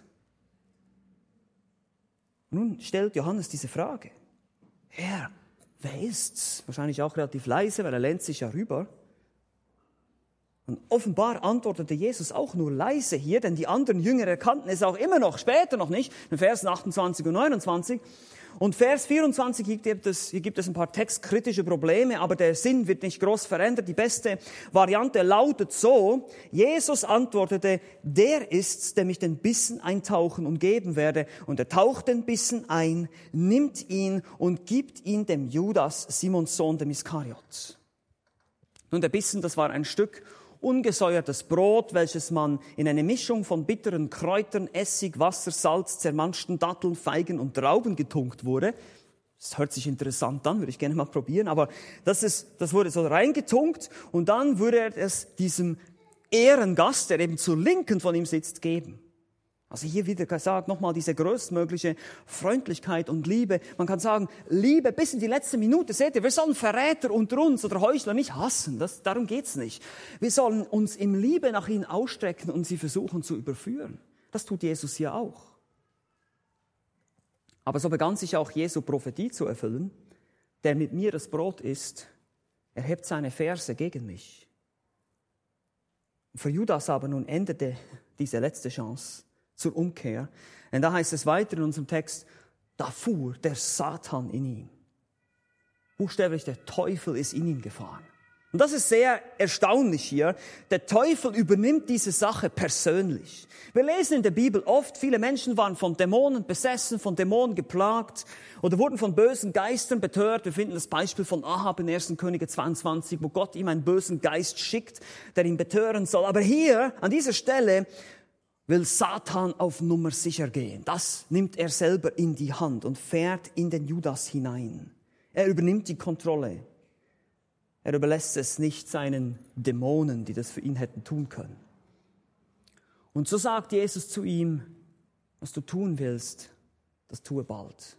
Nun stellt Johannes diese Frage. Herr, wer ist's? Wahrscheinlich auch relativ leise, weil er lehnt sich ja rüber. Und offenbar antwortete Jesus auch nur leise hier, denn die anderen Jünger erkannten es auch immer noch, später noch nicht, in Versen achtundzwanzig und neunundzwanzig. Und Vers vierundzwanzig, hier gibt es, hier gibt es ein paar textkritische Probleme, aber der Sinn wird nicht groß verändert. Die beste Variante lautet so: Jesus antwortete, der ist's, dem ich den Bissen eintauchen und geben werde. Und er taucht den Bissen ein, nimmt ihn und gibt ihn dem Judas, Simons Sohn, dem Iskariot. Nun, der Bissen, das war ein Stück ungesäuertes Brot, welches man in eine Mischung von bitteren Kräutern, Essig, Wasser, Salz, zermanschten Datteln, Feigen und Trauben getunkt wurde. Das hört sich interessant an, würde ich gerne mal probieren, aber das, ist, das wurde so reingetunkt und dann würde er es diesem Ehrengast, der eben zur Linken von ihm sitzt, geben. Also hier wieder gesagt, nochmal diese größtmögliche Freundlichkeit und Liebe. Man kann sagen, Liebe bis in die letzte Minute. Seht ihr, wir sollen Verräter unter uns oder Heuchler nicht hassen. Das, darum geht's nicht. Wir sollen uns im Liebe nach ihnen ausstrecken und sie versuchen zu überführen. Das tut Jesus hier auch. Aber so begann sich auch Jesu Prophetie zu erfüllen. Der mit mir das Brot isst, erhebt seine Ferse gegen mich. Für Judas aber nun endete diese letzte Chance zur Umkehr. Und da heißt es weiter in unserem Text, da fuhr der Satan in ihn. Buchstäblich, der Teufel ist in ihn gefahren. Und das ist sehr erstaunlich hier. Der Teufel übernimmt diese Sache persönlich. Wir lesen in der Bibel oft, viele Menschen waren von Dämonen besessen, von Dämonen geplagt oder wurden von bösen Geistern betört. Wir finden das Beispiel von Ahab in ersten Könige zweiundzwanzig, wo Gott ihm einen bösen Geist schickt, der ihn betören soll. Aber hier, an dieser Stelle, will Satan auf Nummer sicher gehen. Das nimmt er selber in die Hand und fährt in den Judas hinein. Er übernimmt die Kontrolle. Er überlässt es nicht seinen Dämonen, die das für ihn hätten tun können. Und so sagt Jesus zu ihm, was du tun willst, das tue bald.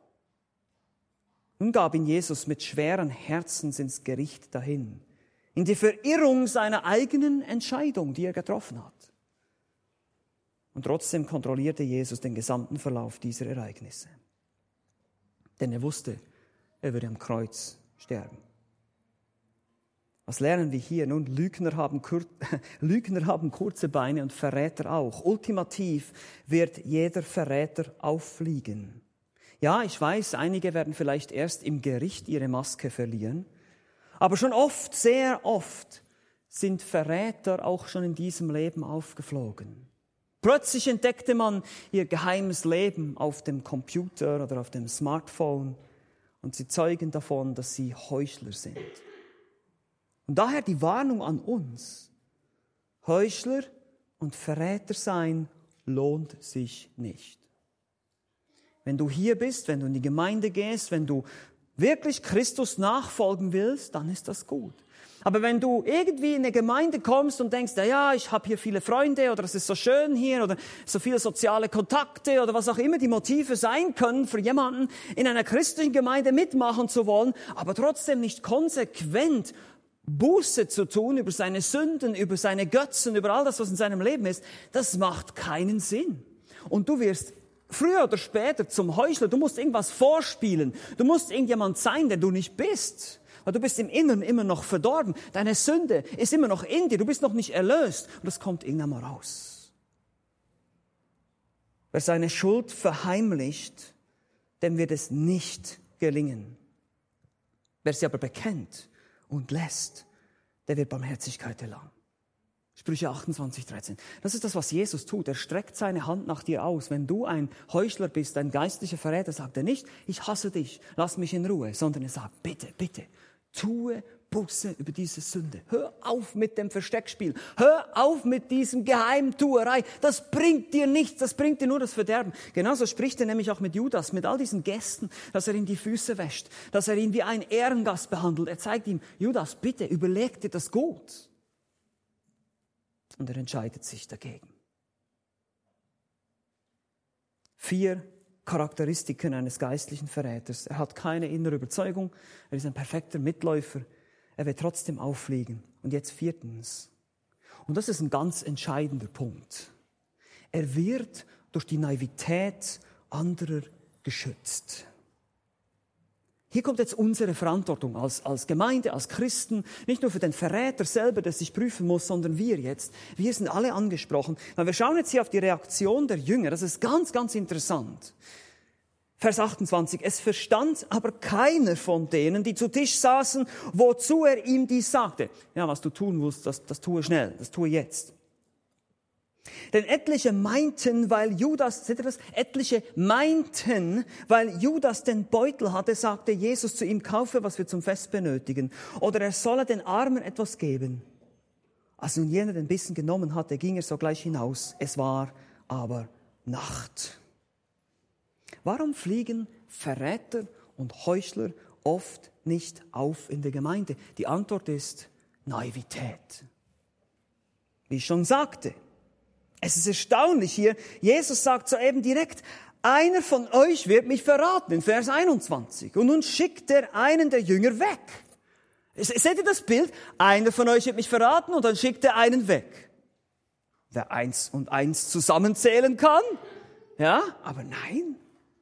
Nun gab ihn Jesus mit schweren Herzens ins Gericht dahin, in die Verirrung seiner eigenen Entscheidung, die er getroffen hat. Und trotzdem kontrollierte Jesus den gesamten Verlauf dieser Ereignisse. Denn er wusste, er würde am Kreuz sterben. Was lernen wir hier? Nun, Lügner haben, kur- Lügner haben kurze Beine und Verräter auch. Ultimativ wird jeder Verräter auffliegen. Ja, ich weiß, einige werden vielleicht erst im Gericht ihre Maske verlieren. Aber schon oft, sehr oft, sind Verräter auch schon in diesem Leben aufgeflogen. Plötzlich entdeckte man ihr geheimes Leben auf dem Computer oder auf dem Smartphone und sie zeugen davon, dass sie Heuchler sind. Und daher die Warnung an uns: Heuchler und Verräter sein lohnt sich nicht. Wenn du hier bist, wenn du in die Gemeinde gehst, wenn du wirklich Christus nachfolgen willst, dann ist das gut. Aber wenn du irgendwie in eine Gemeinde kommst und denkst, na ja, ich habe hier viele Freunde oder es ist so schön hier oder so viele soziale Kontakte oder was auch immer die Motive sein können für jemanden, in einer christlichen Gemeinde mitmachen zu wollen, aber trotzdem nicht konsequent Buße zu tun über seine Sünden, über seine Götzen, über all das, was in seinem Leben ist, das macht keinen Sinn. Und du wirst früher oder später zum Heuchler. Du musst irgendwas vorspielen. Du musst irgendjemand sein, der du nicht bist. Weil du bist im Inneren immer noch verdorben. Deine Sünde ist immer noch in dir. Du bist noch nicht erlöst. Und das kommt irgendwann mal raus. Wer seine Schuld verheimlicht, dem wird es nicht gelingen. Wer sie aber bekennt und lässt, der wird Barmherzigkeit erlangen. Sprüche achtundzwanzig, dreizehn. Das ist das, was Jesus tut. Er streckt seine Hand nach dir aus. Wenn du ein Heuchler bist, ein geistlicher Verräter, sagt er nicht, ich hasse dich, lass mich in Ruhe, sondern er sagt, bitte, bitte, tue Buße über diese Sünde. Hör auf mit dem Versteckspiel. Hör auf mit diesem Geheimtuerei. Das bringt dir nichts, das bringt dir nur das Verderben. Genauso spricht er nämlich auch mit Judas, mit all diesen Gästen, dass er ihm die Füße wäscht, dass er ihn wie ein Ehrengast behandelt. Er zeigt ihm, Judas, bitte, überleg dir das gut. Und er entscheidet sich dagegen. Vier Charakteristiken eines geistlichen Verräters. Er hat keine innere Überzeugung, er ist ein perfekter Mitläufer, er wird trotzdem auffliegen. Und jetzt viertens, und das ist ein ganz entscheidender Punkt, er wird durch die Naivität anderer geschützt. Hier kommt jetzt unsere Verantwortung als, als Gemeinde, als Christen, nicht nur für den Verräter selber, der sich prüfen muss, sondern wir jetzt. Wir sind alle angesprochen. Weil wir schauen jetzt hier auf die Reaktion der Jünger. Das ist ganz, ganz interessant. Vers achtundzwanzig. Es verstand aber keiner von denen, die zu Tisch saßen, wozu er ihm dies sagte. Ja, was du tun musst, das, das tue schnell, das tue jetzt. Denn etliche meinten, weil Judas, seht ihr das? Etliche meinten, weil Judas den Beutel hatte, sagte Jesus zu ihm, kaufe, was wir zum Fest benötigen. Oder er solle den Armen etwas geben. Als nun jener den Bissen genommen hatte, ging er sogleich hinaus. Es war aber Nacht. Warum fliegen Verräter und Heuchler oft nicht auf in der Gemeinde? Die Antwort ist Naivität. Wie ich schon sagte, es ist erstaunlich hier, Jesus sagt soeben direkt, einer von euch wird mich verraten, in Vers einundzwanzig. Und nun schickt er einen der Jünger weg. Seht ihr das Bild? Einer von euch wird mich verraten und dann schickt er einen weg. Wer eins und eins zusammenzählen kann? Ja, aber nein.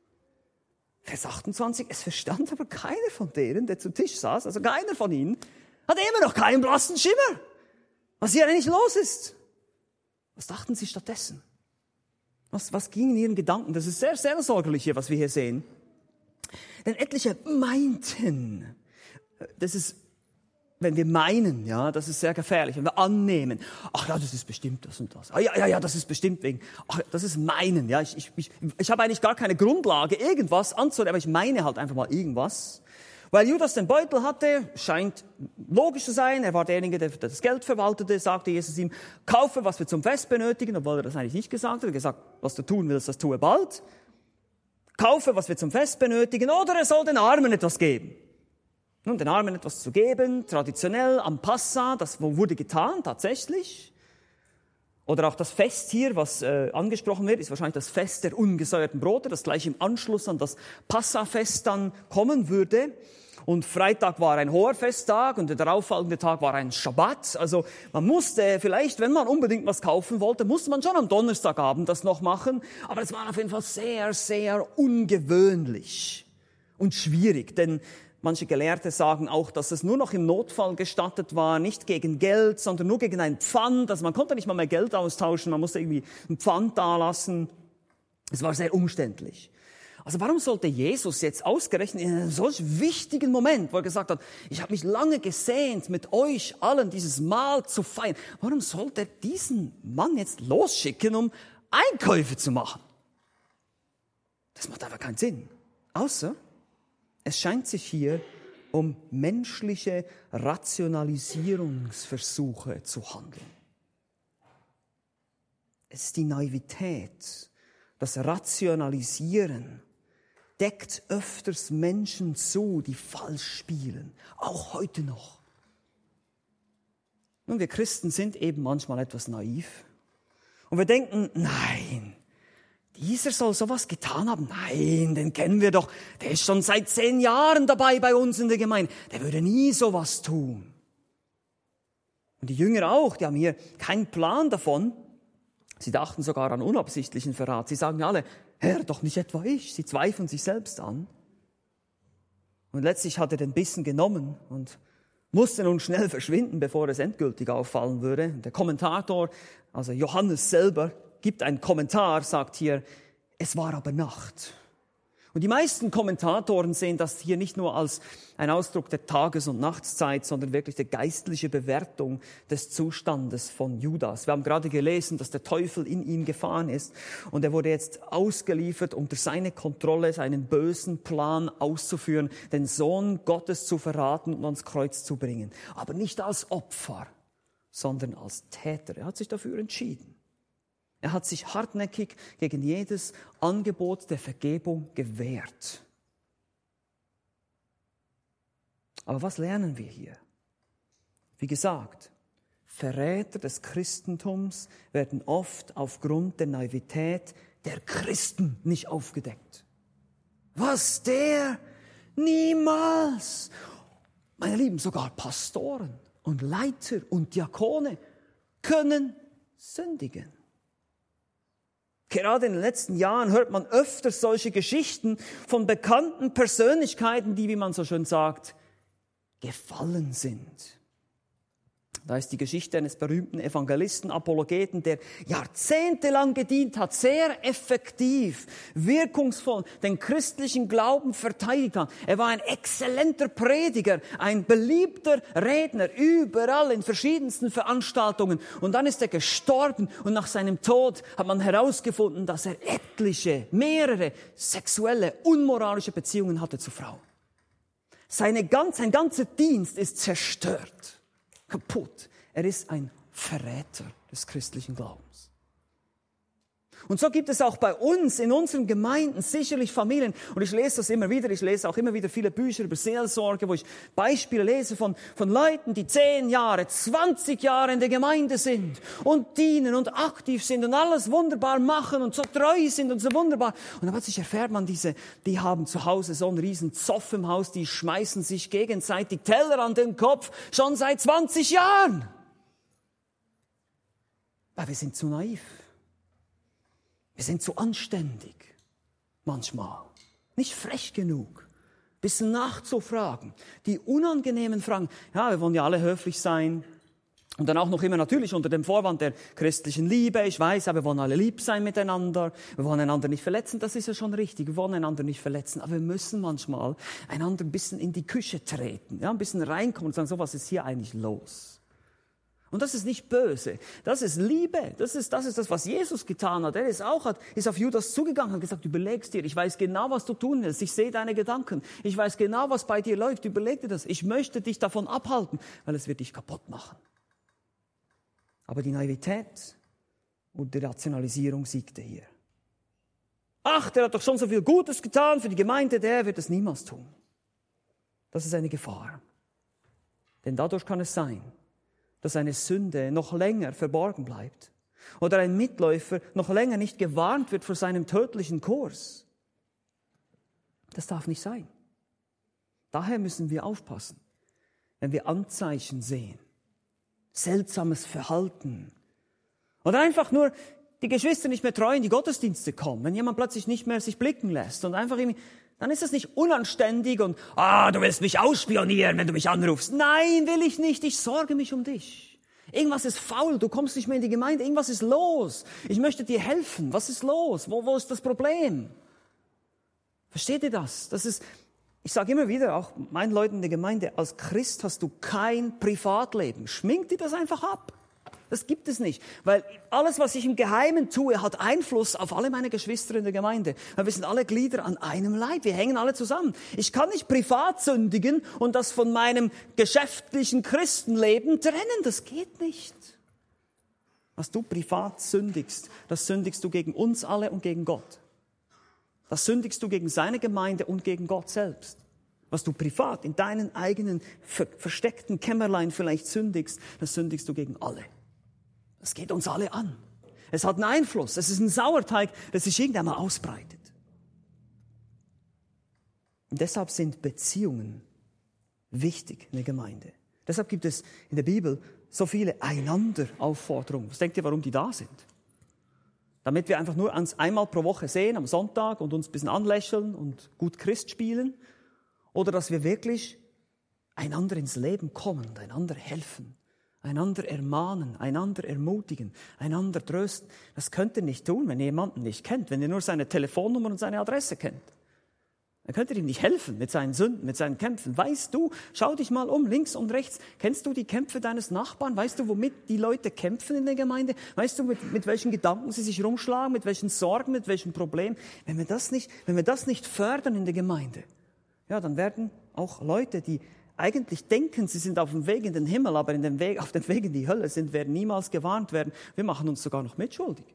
Vers achtundzwanzig, es verstand aber keiner von denen, der zu Tisch saß, also keiner von ihnen, hat immer noch keinen blassen Schimmer, was hier eigentlich los ist. Was dachten sie stattdessen? Was, was ging in ihren Gedanken? Das ist sehr, sehr sorglich hier, was wir hier sehen. Denn etliche meinten, das ist, wenn wir meinen, ja, das ist sehr gefährlich, wenn wir annehmen, ach ja, das ist bestimmt das und das. Ah, ja, ja, ja, das ist bestimmt wegen, ach, das ist meinen, ja, ich, ich, ich, ich habe eigentlich gar keine Grundlage, irgendwas anzunehmen, aber ich meine halt einfach mal irgendwas. Weil Judas den Beutel hatte, scheint logisch zu sein, er war derjenige, der das Geld verwaltete, sagte Jesus ihm, kaufe, was wir zum Fest benötigen, obwohl er das eigentlich nicht gesagt hat, er hat gesagt, was du tun willst, das tue bald. Kaufe, was wir zum Fest benötigen, oder er soll den Armen etwas geben. Nun, den Armen etwas zu geben, traditionell am Passa, das wurde getan, tatsächlich. Oder auch das Fest hier, was äh, angesprochen wird, ist wahrscheinlich das Fest der ungesäuerten Brote, das gleich im Anschluss an das Passafest dann kommen würde. Und Freitag war ein hoher Festtag und der darauffolgende Tag war ein Schabbat. Also man musste vielleicht, wenn man unbedingt was kaufen wollte, musste man schon am Donnerstagabend das noch machen. Aber es war auf jeden Fall sehr, sehr ungewöhnlich und schwierig, denn manche Gelehrte sagen auch, dass es nur noch im Notfall gestattet war, nicht gegen Geld, sondern nur gegen ein Pfand. Also man konnte nicht mal mehr Geld austauschen, man musste irgendwie ein Pfand dalassen. Es war sehr umständlich. Also warum sollte Jesus jetzt ausgerechnet in einem solch wichtigen Moment, wo er gesagt hat, ich habe mich lange gesehnt, mit euch allen dieses Mahl zu feiern, warum sollte er diesen Mann jetzt losschicken, um Einkäufe zu machen? Das macht einfach keinen Sinn. Außer es scheint sich hier um menschliche Rationalisierungsversuche zu handeln. Es ist die Naivität, das Rationalisieren deckt öfters Menschen zu, die falsch spielen, auch heute noch. Nun, wir Christen sind eben manchmal etwas naiv und wir denken, nein, dieser soll sowas getan haben. Nein, den kennen wir doch. Der ist schon seit zehn Jahren dabei bei uns in der Gemeinde. Der würde nie sowas tun. Und die Jünger auch, die haben hier keinen Plan davon. Sie dachten sogar an unabsichtlichen Verrat. Sie sagen alle, Herr, doch nicht etwa ich. Sie zweifeln sich selbst an. Und letztlich hat er den Bissen genommen und musste nun schnell verschwinden, bevor es endgültig auffallen würde. Der Kommentator, also Johannes selber, gibt einen Kommentar, sagt hier, es war aber Nacht. Und die meisten Kommentatoren sehen das hier nicht nur als ein Ausdruck der Tages- und Nachtszeit, sondern wirklich der geistliche Bewertung des Zustandes von Judas. Wir haben gerade gelesen, dass der Teufel in ihm gefahren ist und er wurde jetzt ausgeliefert, unter seine Kontrolle seinen bösen Plan auszuführen, den Sohn Gottes zu verraten und ans Kreuz zu bringen. Aber nicht als Opfer, sondern als Täter. Er hat sich dafür entschieden. Er hat sich hartnäckig gegen jedes Angebot der Vergebung gewehrt. Aber was lernen wir hier? Wie gesagt, Verräter des Christentums werden oft aufgrund der Naivität der Christen nicht aufgedeckt. Was, der? Niemals! Meine Lieben, sogar Pastoren und Leiter und Diakone können sündigen. Gerade in den letzten Jahren hört man öfter solche Geschichten von bekannten Persönlichkeiten, die, wie man so schön sagt, gefallen sind. Da ist die Geschichte eines berühmten Evangelisten, Apologeten, der jahrzehntelang gedient hat, sehr effektiv, wirkungsvoll den christlichen Glauben verteidigt hat. Er war ein exzellenter Prediger, ein beliebter Redner, überall in verschiedensten Veranstaltungen. Und dann ist er gestorben und nach seinem Tod hat man herausgefunden, dass er etliche, mehrere sexuelle, unmoralische Beziehungen hatte zu Frauen. Seine ganz, sein ganzer Dienst ist zerstört. Kaputt. Er ist ein Verräter des christlichen Glaubens. Und so gibt es auch bei uns, in unseren Gemeinden, sicherlich Familien, und ich lese das immer wieder, ich lese auch immer wieder viele Bücher über Seelsorge, wo ich Beispiele lese von, von Leuten, die zehn Jahre, zwanzig Jahre in der Gemeinde sind und dienen und aktiv sind und alles wunderbar machen und so treu sind und so wunderbar. Und dann plötzlich erfährt man diese, die haben zu Hause so einen riesen Zoff im Haus, die schmeißen sich gegenseitig Teller an den Kopf, schon seit zwanzig Jahren. Weil wir sind zu naiv. Wir sind zu anständig, manchmal. Nicht frech genug, ein bisschen nachzufragen. Die unangenehmen Fragen, ja, wir wollen ja alle höflich sein. Und dann auch noch immer natürlich unter dem Vorwand der christlichen Liebe. Ich weiß, ja, wir wollen alle lieb sein miteinander. Wir wollen einander nicht verletzen, das ist ja schon richtig. Wir wollen einander nicht verletzen, aber wir müssen manchmal einander ein bisschen in die Küche treten, ja, ein bisschen reinkommen und sagen, so, was ist hier eigentlich los? Und das ist nicht böse, das ist Liebe, das ist, das ist das, was Jesus getan hat. Er ist auch, hat, ist auf Judas zugegangen und hat gesagt, überlegst dir, ich weiß genau, was du tun willst, ich sehe deine Gedanken, ich weiß genau, was bei dir läuft, überleg dir das, ich möchte dich davon abhalten, weil es wird dich kaputt machen. Aber die Naivität und die Rationalisierung siegte hier. Ach, der hat doch schon so viel Gutes getan für die Gemeinde, der wird es niemals tun. Das ist eine Gefahr. Denn dadurch kann es sein, dass eine Sünde noch länger verborgen bleibt oder ein Mitläufer noch länger nicht gewarnt wird vor seinem tödlichen Kurs. Das darf nicht sein. Daher müssen wir aufpassen, wenn wir Anzeichen sehen, seltsames Verhalten oder einfach nur die Geschwister nicht mehr treu in die Gottesdienste kommen, wenn jemand plötzlich nicht mehr sich blicken lässt und einfach irgendwie, dann ist das nicht unanständig und, ah, du willst mich ausspionieren, wenn du mich anrufst. Nein, will ich nicht, ich sorge mich um dich. Irgendwas ist faul, du kommst nicht mehr in die Gemeinde, irgendwas ist los. Ich möchte dir helfen, was ist los? Wo, wo ist das Problem? Versteht ihr das? Das ist, ich sage immer wieder, auch meinen Leuten in der Gemeinde, als Christ hast du kein Privatleben. Schmink dir das einfach ab. Das gibt es nicht, weil alles, was ich im Geheimen tue, hat Einfluss auf alle meine Geschwister in der Gemeinde. Weil wir sind alle Glieder an einem Leib, wir hängen alle zusammen. Ich kann nicht privat sündigen und das von meinem geschäftlichen Christenleben trennen, das geht nicht. Was du privat sündigst, das sündigst du gegen uns alle und gegen Gott. Das sündigst du gegen seine Gemeinde und gegen Gott selbst. Was du privat in deinen eigenen ver- versteckten Kämmerlein vielleicht sündigst, das sündigst du gegen alle. Das geht uns alle an. Es hat einen Einfluss. Es ist ein Sauerteig, der sich irgendwann mal ausbreitet. Und deshalb sind Beziehungen wichtig in der Gemeinde. Deshalb gibt es in der Bibel so viele Einander-Aufforderungen. Was denkt ihr, warum die da sind? Damit wir einfach nur uns einmal pro Woche sehen, am Sonntag, und uns ein bisschen anlächeln und gut Christ spielen? Oder dass wir wirklich einander ins Leben kommen und einander helfen? Einander ermahnen, einander ermutigen, einander trösten. Das könnt ihr nicht tun, wenn ihr jemanden nicht kennt, wenn ihr nur seine Telefonnummer und seine Adresse kennt. Dann könnt ihr ihm nicht helfen mit seinen Sünden, mit seinen Kämpfen. Weißt du, schau dich mal um, links und rechts. Kennst du die Kämpfe deines Nachbarn? Weißt du, womit die Leute kämpfen in der Gemeinde? Weißt du, mit, mit welchen Gedanken sie sich rumschlagen, mit welchen Sorgen, mit welchen Problemen? Wenn wir das nicht, wenn wir das nicht fördern in der Gemeinde, ja, dann werden auch Leute, die eigentlich denken, sie sind auf dem Weg in den Himmel, aber in dem Weg, auf dem Weg in die Hölle sind, werden niemals gewarnt werden. Wir machen uns sogar noch mitschuldig.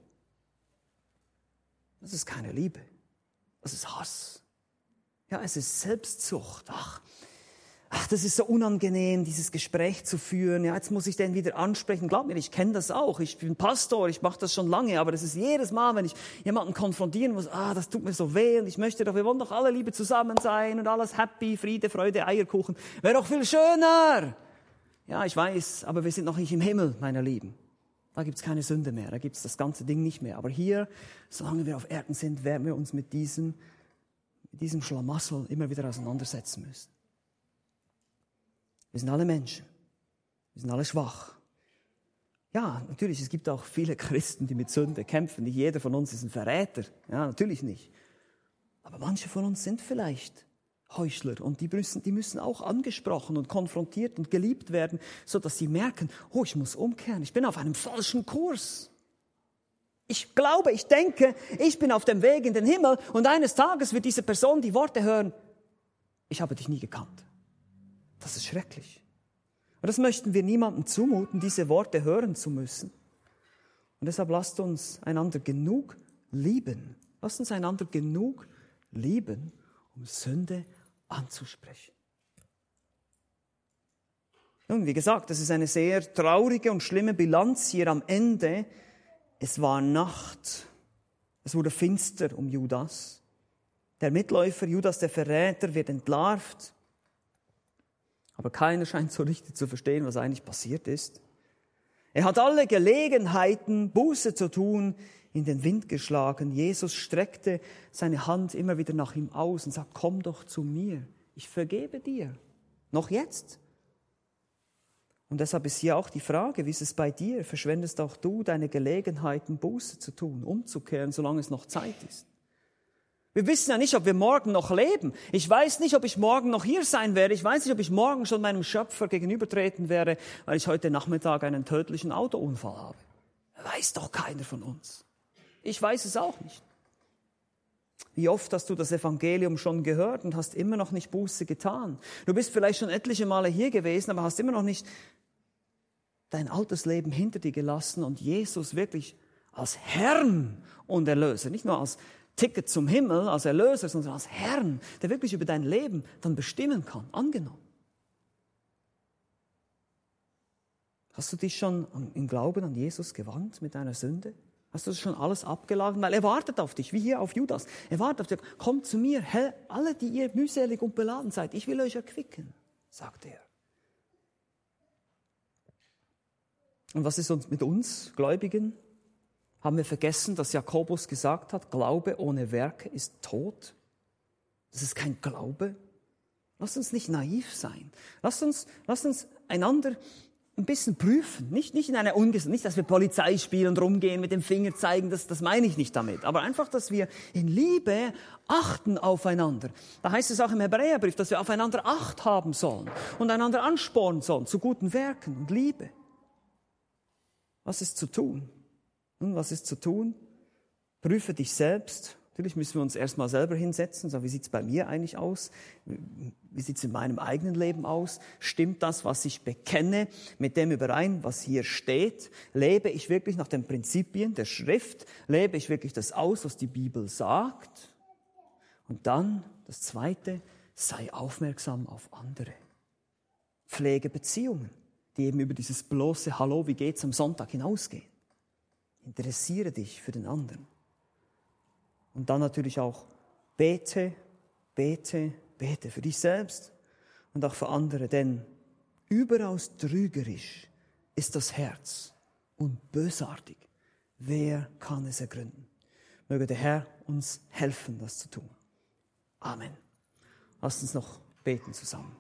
Das ist keine Liebe. Das ist Hass. Ja, es ist Selbstsucht. Ach, ach, das ist so unangenehm, dieses Gespräch zu führen. Ja, jetzt muss ich den wieder ansprechen. Glaub mir, ich kenne das auch. Ich bin Pastor, ich mache das schon lange, aber das ist jedes Mal, wenn ich jemanden konfrontieren muss, ah, das tut mir so weh und ich möchte doch, wir wollen doch alle Liebe zusammen sein und alles happy, Friede, Freude, Eierkuchen. Wäre doch viel schöner. Ja, ich weiß, aber wir sind noch nicht im Himmel, meine Lieben. Da gibt's keine Sünde mehr, da gibt's das ganze Ding nicht mehr. Aber hier, solange wir auf Erden sind, werden wir uns mit diesem, mit diesem Schlamassel immer wieder auseinandersetzen müssen. Wir sind alle Menschen. Wir sind alle schwach. Ja, natürlich, es gibt auch viele Christen, die mit Sünde kämpfen. Nicht jeder von uns ist ein Verräter. Ja, natürlich nicht. Aber manche von uns sind vielleicht Heuchler und die müssen, die müssen auch angesprochen und konfrontiert und geliebt werden, sodass sie merken, oh, ich muss umkehren, ich bin auf einem falschen Kurs. Ich glaube, ich denke, ich bin auf dem Weg in den Himmel und eines Tages wird diese Person die Worte hören, ich habe dich nie gekannt. Das ist schrecklich. Und das möchten wir niemandem zumuten, diese Worte hören zu müssen. Und deshalb lasst uns einander genug lieben. Lasst uns einander genug lieben, um Sünde anzusprechen. Nun, wie gesagt, das ist eine sehr traurige und schlimme Bilanz hier am Ende. Es war Nacht. Es wurde finster um Judas. Der Mitläufer, Judas der Verräter, wird entlarvt. Aber keiner scheint so richtig zu verstehen, was eigentlich passiert ist. Er hat alle Gelegenheiten, Buße zu tun, in den Wind geschlagen. Jesus streckte seine Hand immer wieder nach ihm aus und sagt, komm doch zu mir, ich vergebe dir, noch jetzt. Und deshalb ist hier auch die Frage, wie ist es bei dir? Verschwendest auch du deine Gelegenheiten, Buße zu tun, umzukehren, solange es noch Zeit ist? Wir wissen ja nicht, ob wir morgen noch leben. Ich weiß nicht, ob ich morgen noch hier sein werde. Ich weiß nicht, ob ich morgen schon meinem Schöpfer gegenübertreten werde, weil ich heute Nachmittag einen tödlichen Autounfall habe. Weiß doch keiner von uns. Ich weiß es auch nicht. Wie oft hast du das Evangelium schon gehört und hast immer noch nicht Buße getan? Du bist vielleicht schon etliche Male hier gewesen, aber hast immer noch nicht dein altes Leben hinter dir gelassen und Jesus wirklich als Herrn und Erlöser, nicht nur als Ticket zum Himmel, als Erlöser, sondern als Herrn, der wirklich über dein Leben dann bestimmen kann, angenommen. Hast du dich schon im Glauben an Jesus gewandt mit deiner Sünde? Hast du das schon alles abgeladen? Weil er wartet auf dich, wie hier auf Judas. Er wartet auf dich. Kommt zu mir, Herr, alle, die ihr mühselig und beladen seid, ich will euch erquicken, sagt er. Und was ist uns mit uns Gläubigen? Haben wir vergessen, dass Jakobus gesagt hat, Glaube ohne Werke ist tot? Das ist kein Glaube. Lasst uns nicht naiv sein. Lasst uns, lasst uns einander ein bisschen prüfen. Nicht, nicht in einer ungesunden, nicht, dass wir Polizei spielen und rumgehen, mit dem Finger zeigen, das, das meine ich nicht damit. Aber einfach, dass wir in Liebe achten aufeinander. Da heißt es auch im Hebräerbrief, dass wir aufeinander Acht haben sollen und einander anspornen sollen zu guten Werken und Liebe. Was ist zu tun? Nun, was ist zu tun? Prüfe dich selbst. Natürlich müssen wir uns erstmal selber hinsetzen. So, wie sieht es bei mir eigentlich aus? Wie sieht es in meinem eigenen Leben aus? Stimmt das, was ich bekenne, mit dem überein, was hier steht? Lebe ich wirklich nach den Prinzipien der Schrift? Lebe ich wirklich das aus, was die Bibel sagt? Und dann, das Zweite, sei aufmerksam auf andere. Pflege Beziehungen, die eben über dieses bloße Hallo, wie geht's am Sonntag hinausgehen. Interessiere dich für den anderen. Und dann natürlich auch bete, bete, bete für dich selbst und auch für andere, denn überaus trügerisch ist das Herz und bösartig. Wer kann es ergründen? Möge der Herr uns helfen, das zu tun. Amen. Lasst uns noch beten zusammen.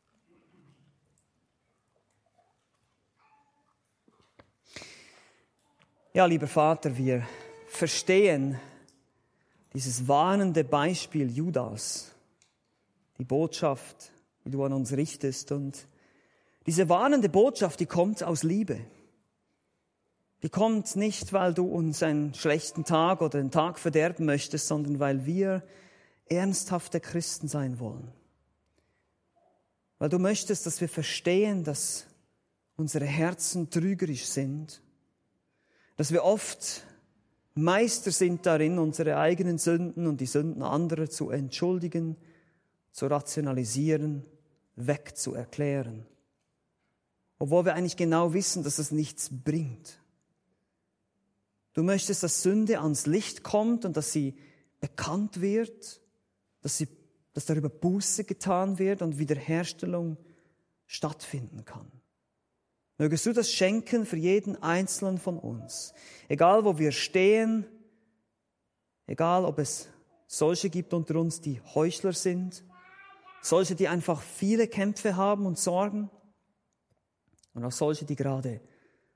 Ja, lieber Vater, wir verstehen dieses warnende Beispiel Judas, die Botschaft, die du an uns richtest. Und diese warnende Botschaft, die kommt aus Liebe. Die kommt nicht, weil du uns einen schlechten Tag oder einen Tag verderben möchtest, sondern weil wir ernsthafte Christen sein wollen. Weil du möchtest, dass wir verstehen, dass unsere Herzen trügerisch sind, dass wir oft Meister sind darin, unsere eigenen Sünden und die Sünden anderer zu entschuldigen, zu rationalisieren, wegzuerklären. Obwohl wir eigentlich genau wissen, dass es nichts bringt. Du möchtest, dass Sünde ans Licht kommt und dass sie bekannt wird, dass, sie, dass darüber Buße getan wird und Wiederherstellung stattfinden kann. Mögest du das schenken für jeden Einzelnen von uns. Egal, wo wir stehen, egal, ob es solche gibt unter uns, die Heuchler sind, solche, die einfach viele Kämpfe haben und Sorgen, und auch solche, die gerade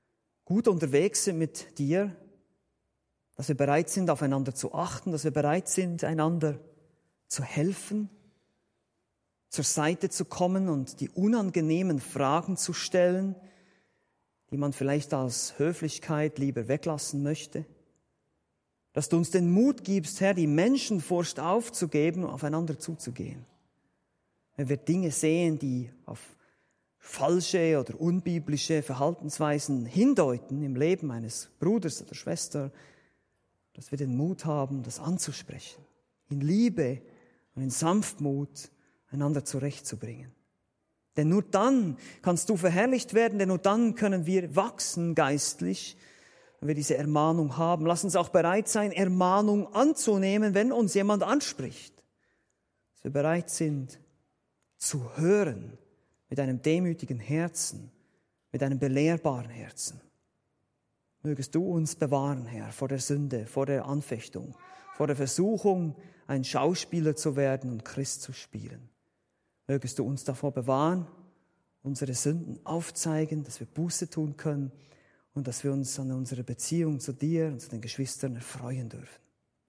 gut unterwegs sind mit dir, dass wir bereit sind, aufeinander zu achten, dass wir bereit sind, einander zu helfen, zur Seite zu kommen und die unangenehmen Fragen zu stellen, die man vielleicht aus Höflichkeit lieber weglassen möchte. Dass du uns den Mut gibst, Herr, die Menschenfurcht aufzugeben und aufeinander zuzugehen. Wenn wir Dinge sehen, die auf falsche oder unbiblische Verhaltensweisen hindeuten im Leben eines Bruders oder Schwester, dass wir den Mut haben, das anzusprechen, in Liebe und in Sanftmut einander zurechtzubringen. Denn nur dann kannst du verherrlicht werden, denn nur dann können wir wachsen geistlich, wenn wir diese Ermahnung haben. Lass uns auch bereit sein, Ermahnung anzunehmen, wenn uns jemand anspricht. Dass wir bereit sind, zu hören mit einem demütigen Herzen, mit einem belehrbaren Herzen. Mögest du uns bewahren, Herr, vor der Sünde, vor der Anfechtung, vor der Versuchung, ein Schauspieler zu werden und Christ zu spielen. Mögest du uns davor bewahren, unsere Sünden aufzeigen, dass wir Buße tun können und dass wir uns an unserer Beziehung zu dir und zu den Geschwistern erfreuen dürfen.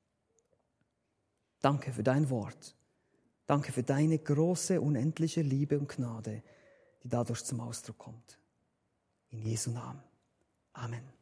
Danke für dein Wort. Danke für deine große, unendliche Liebe und Gnade, die dadurch zum Ausdruck kommt. In Jesu Namen. Amen.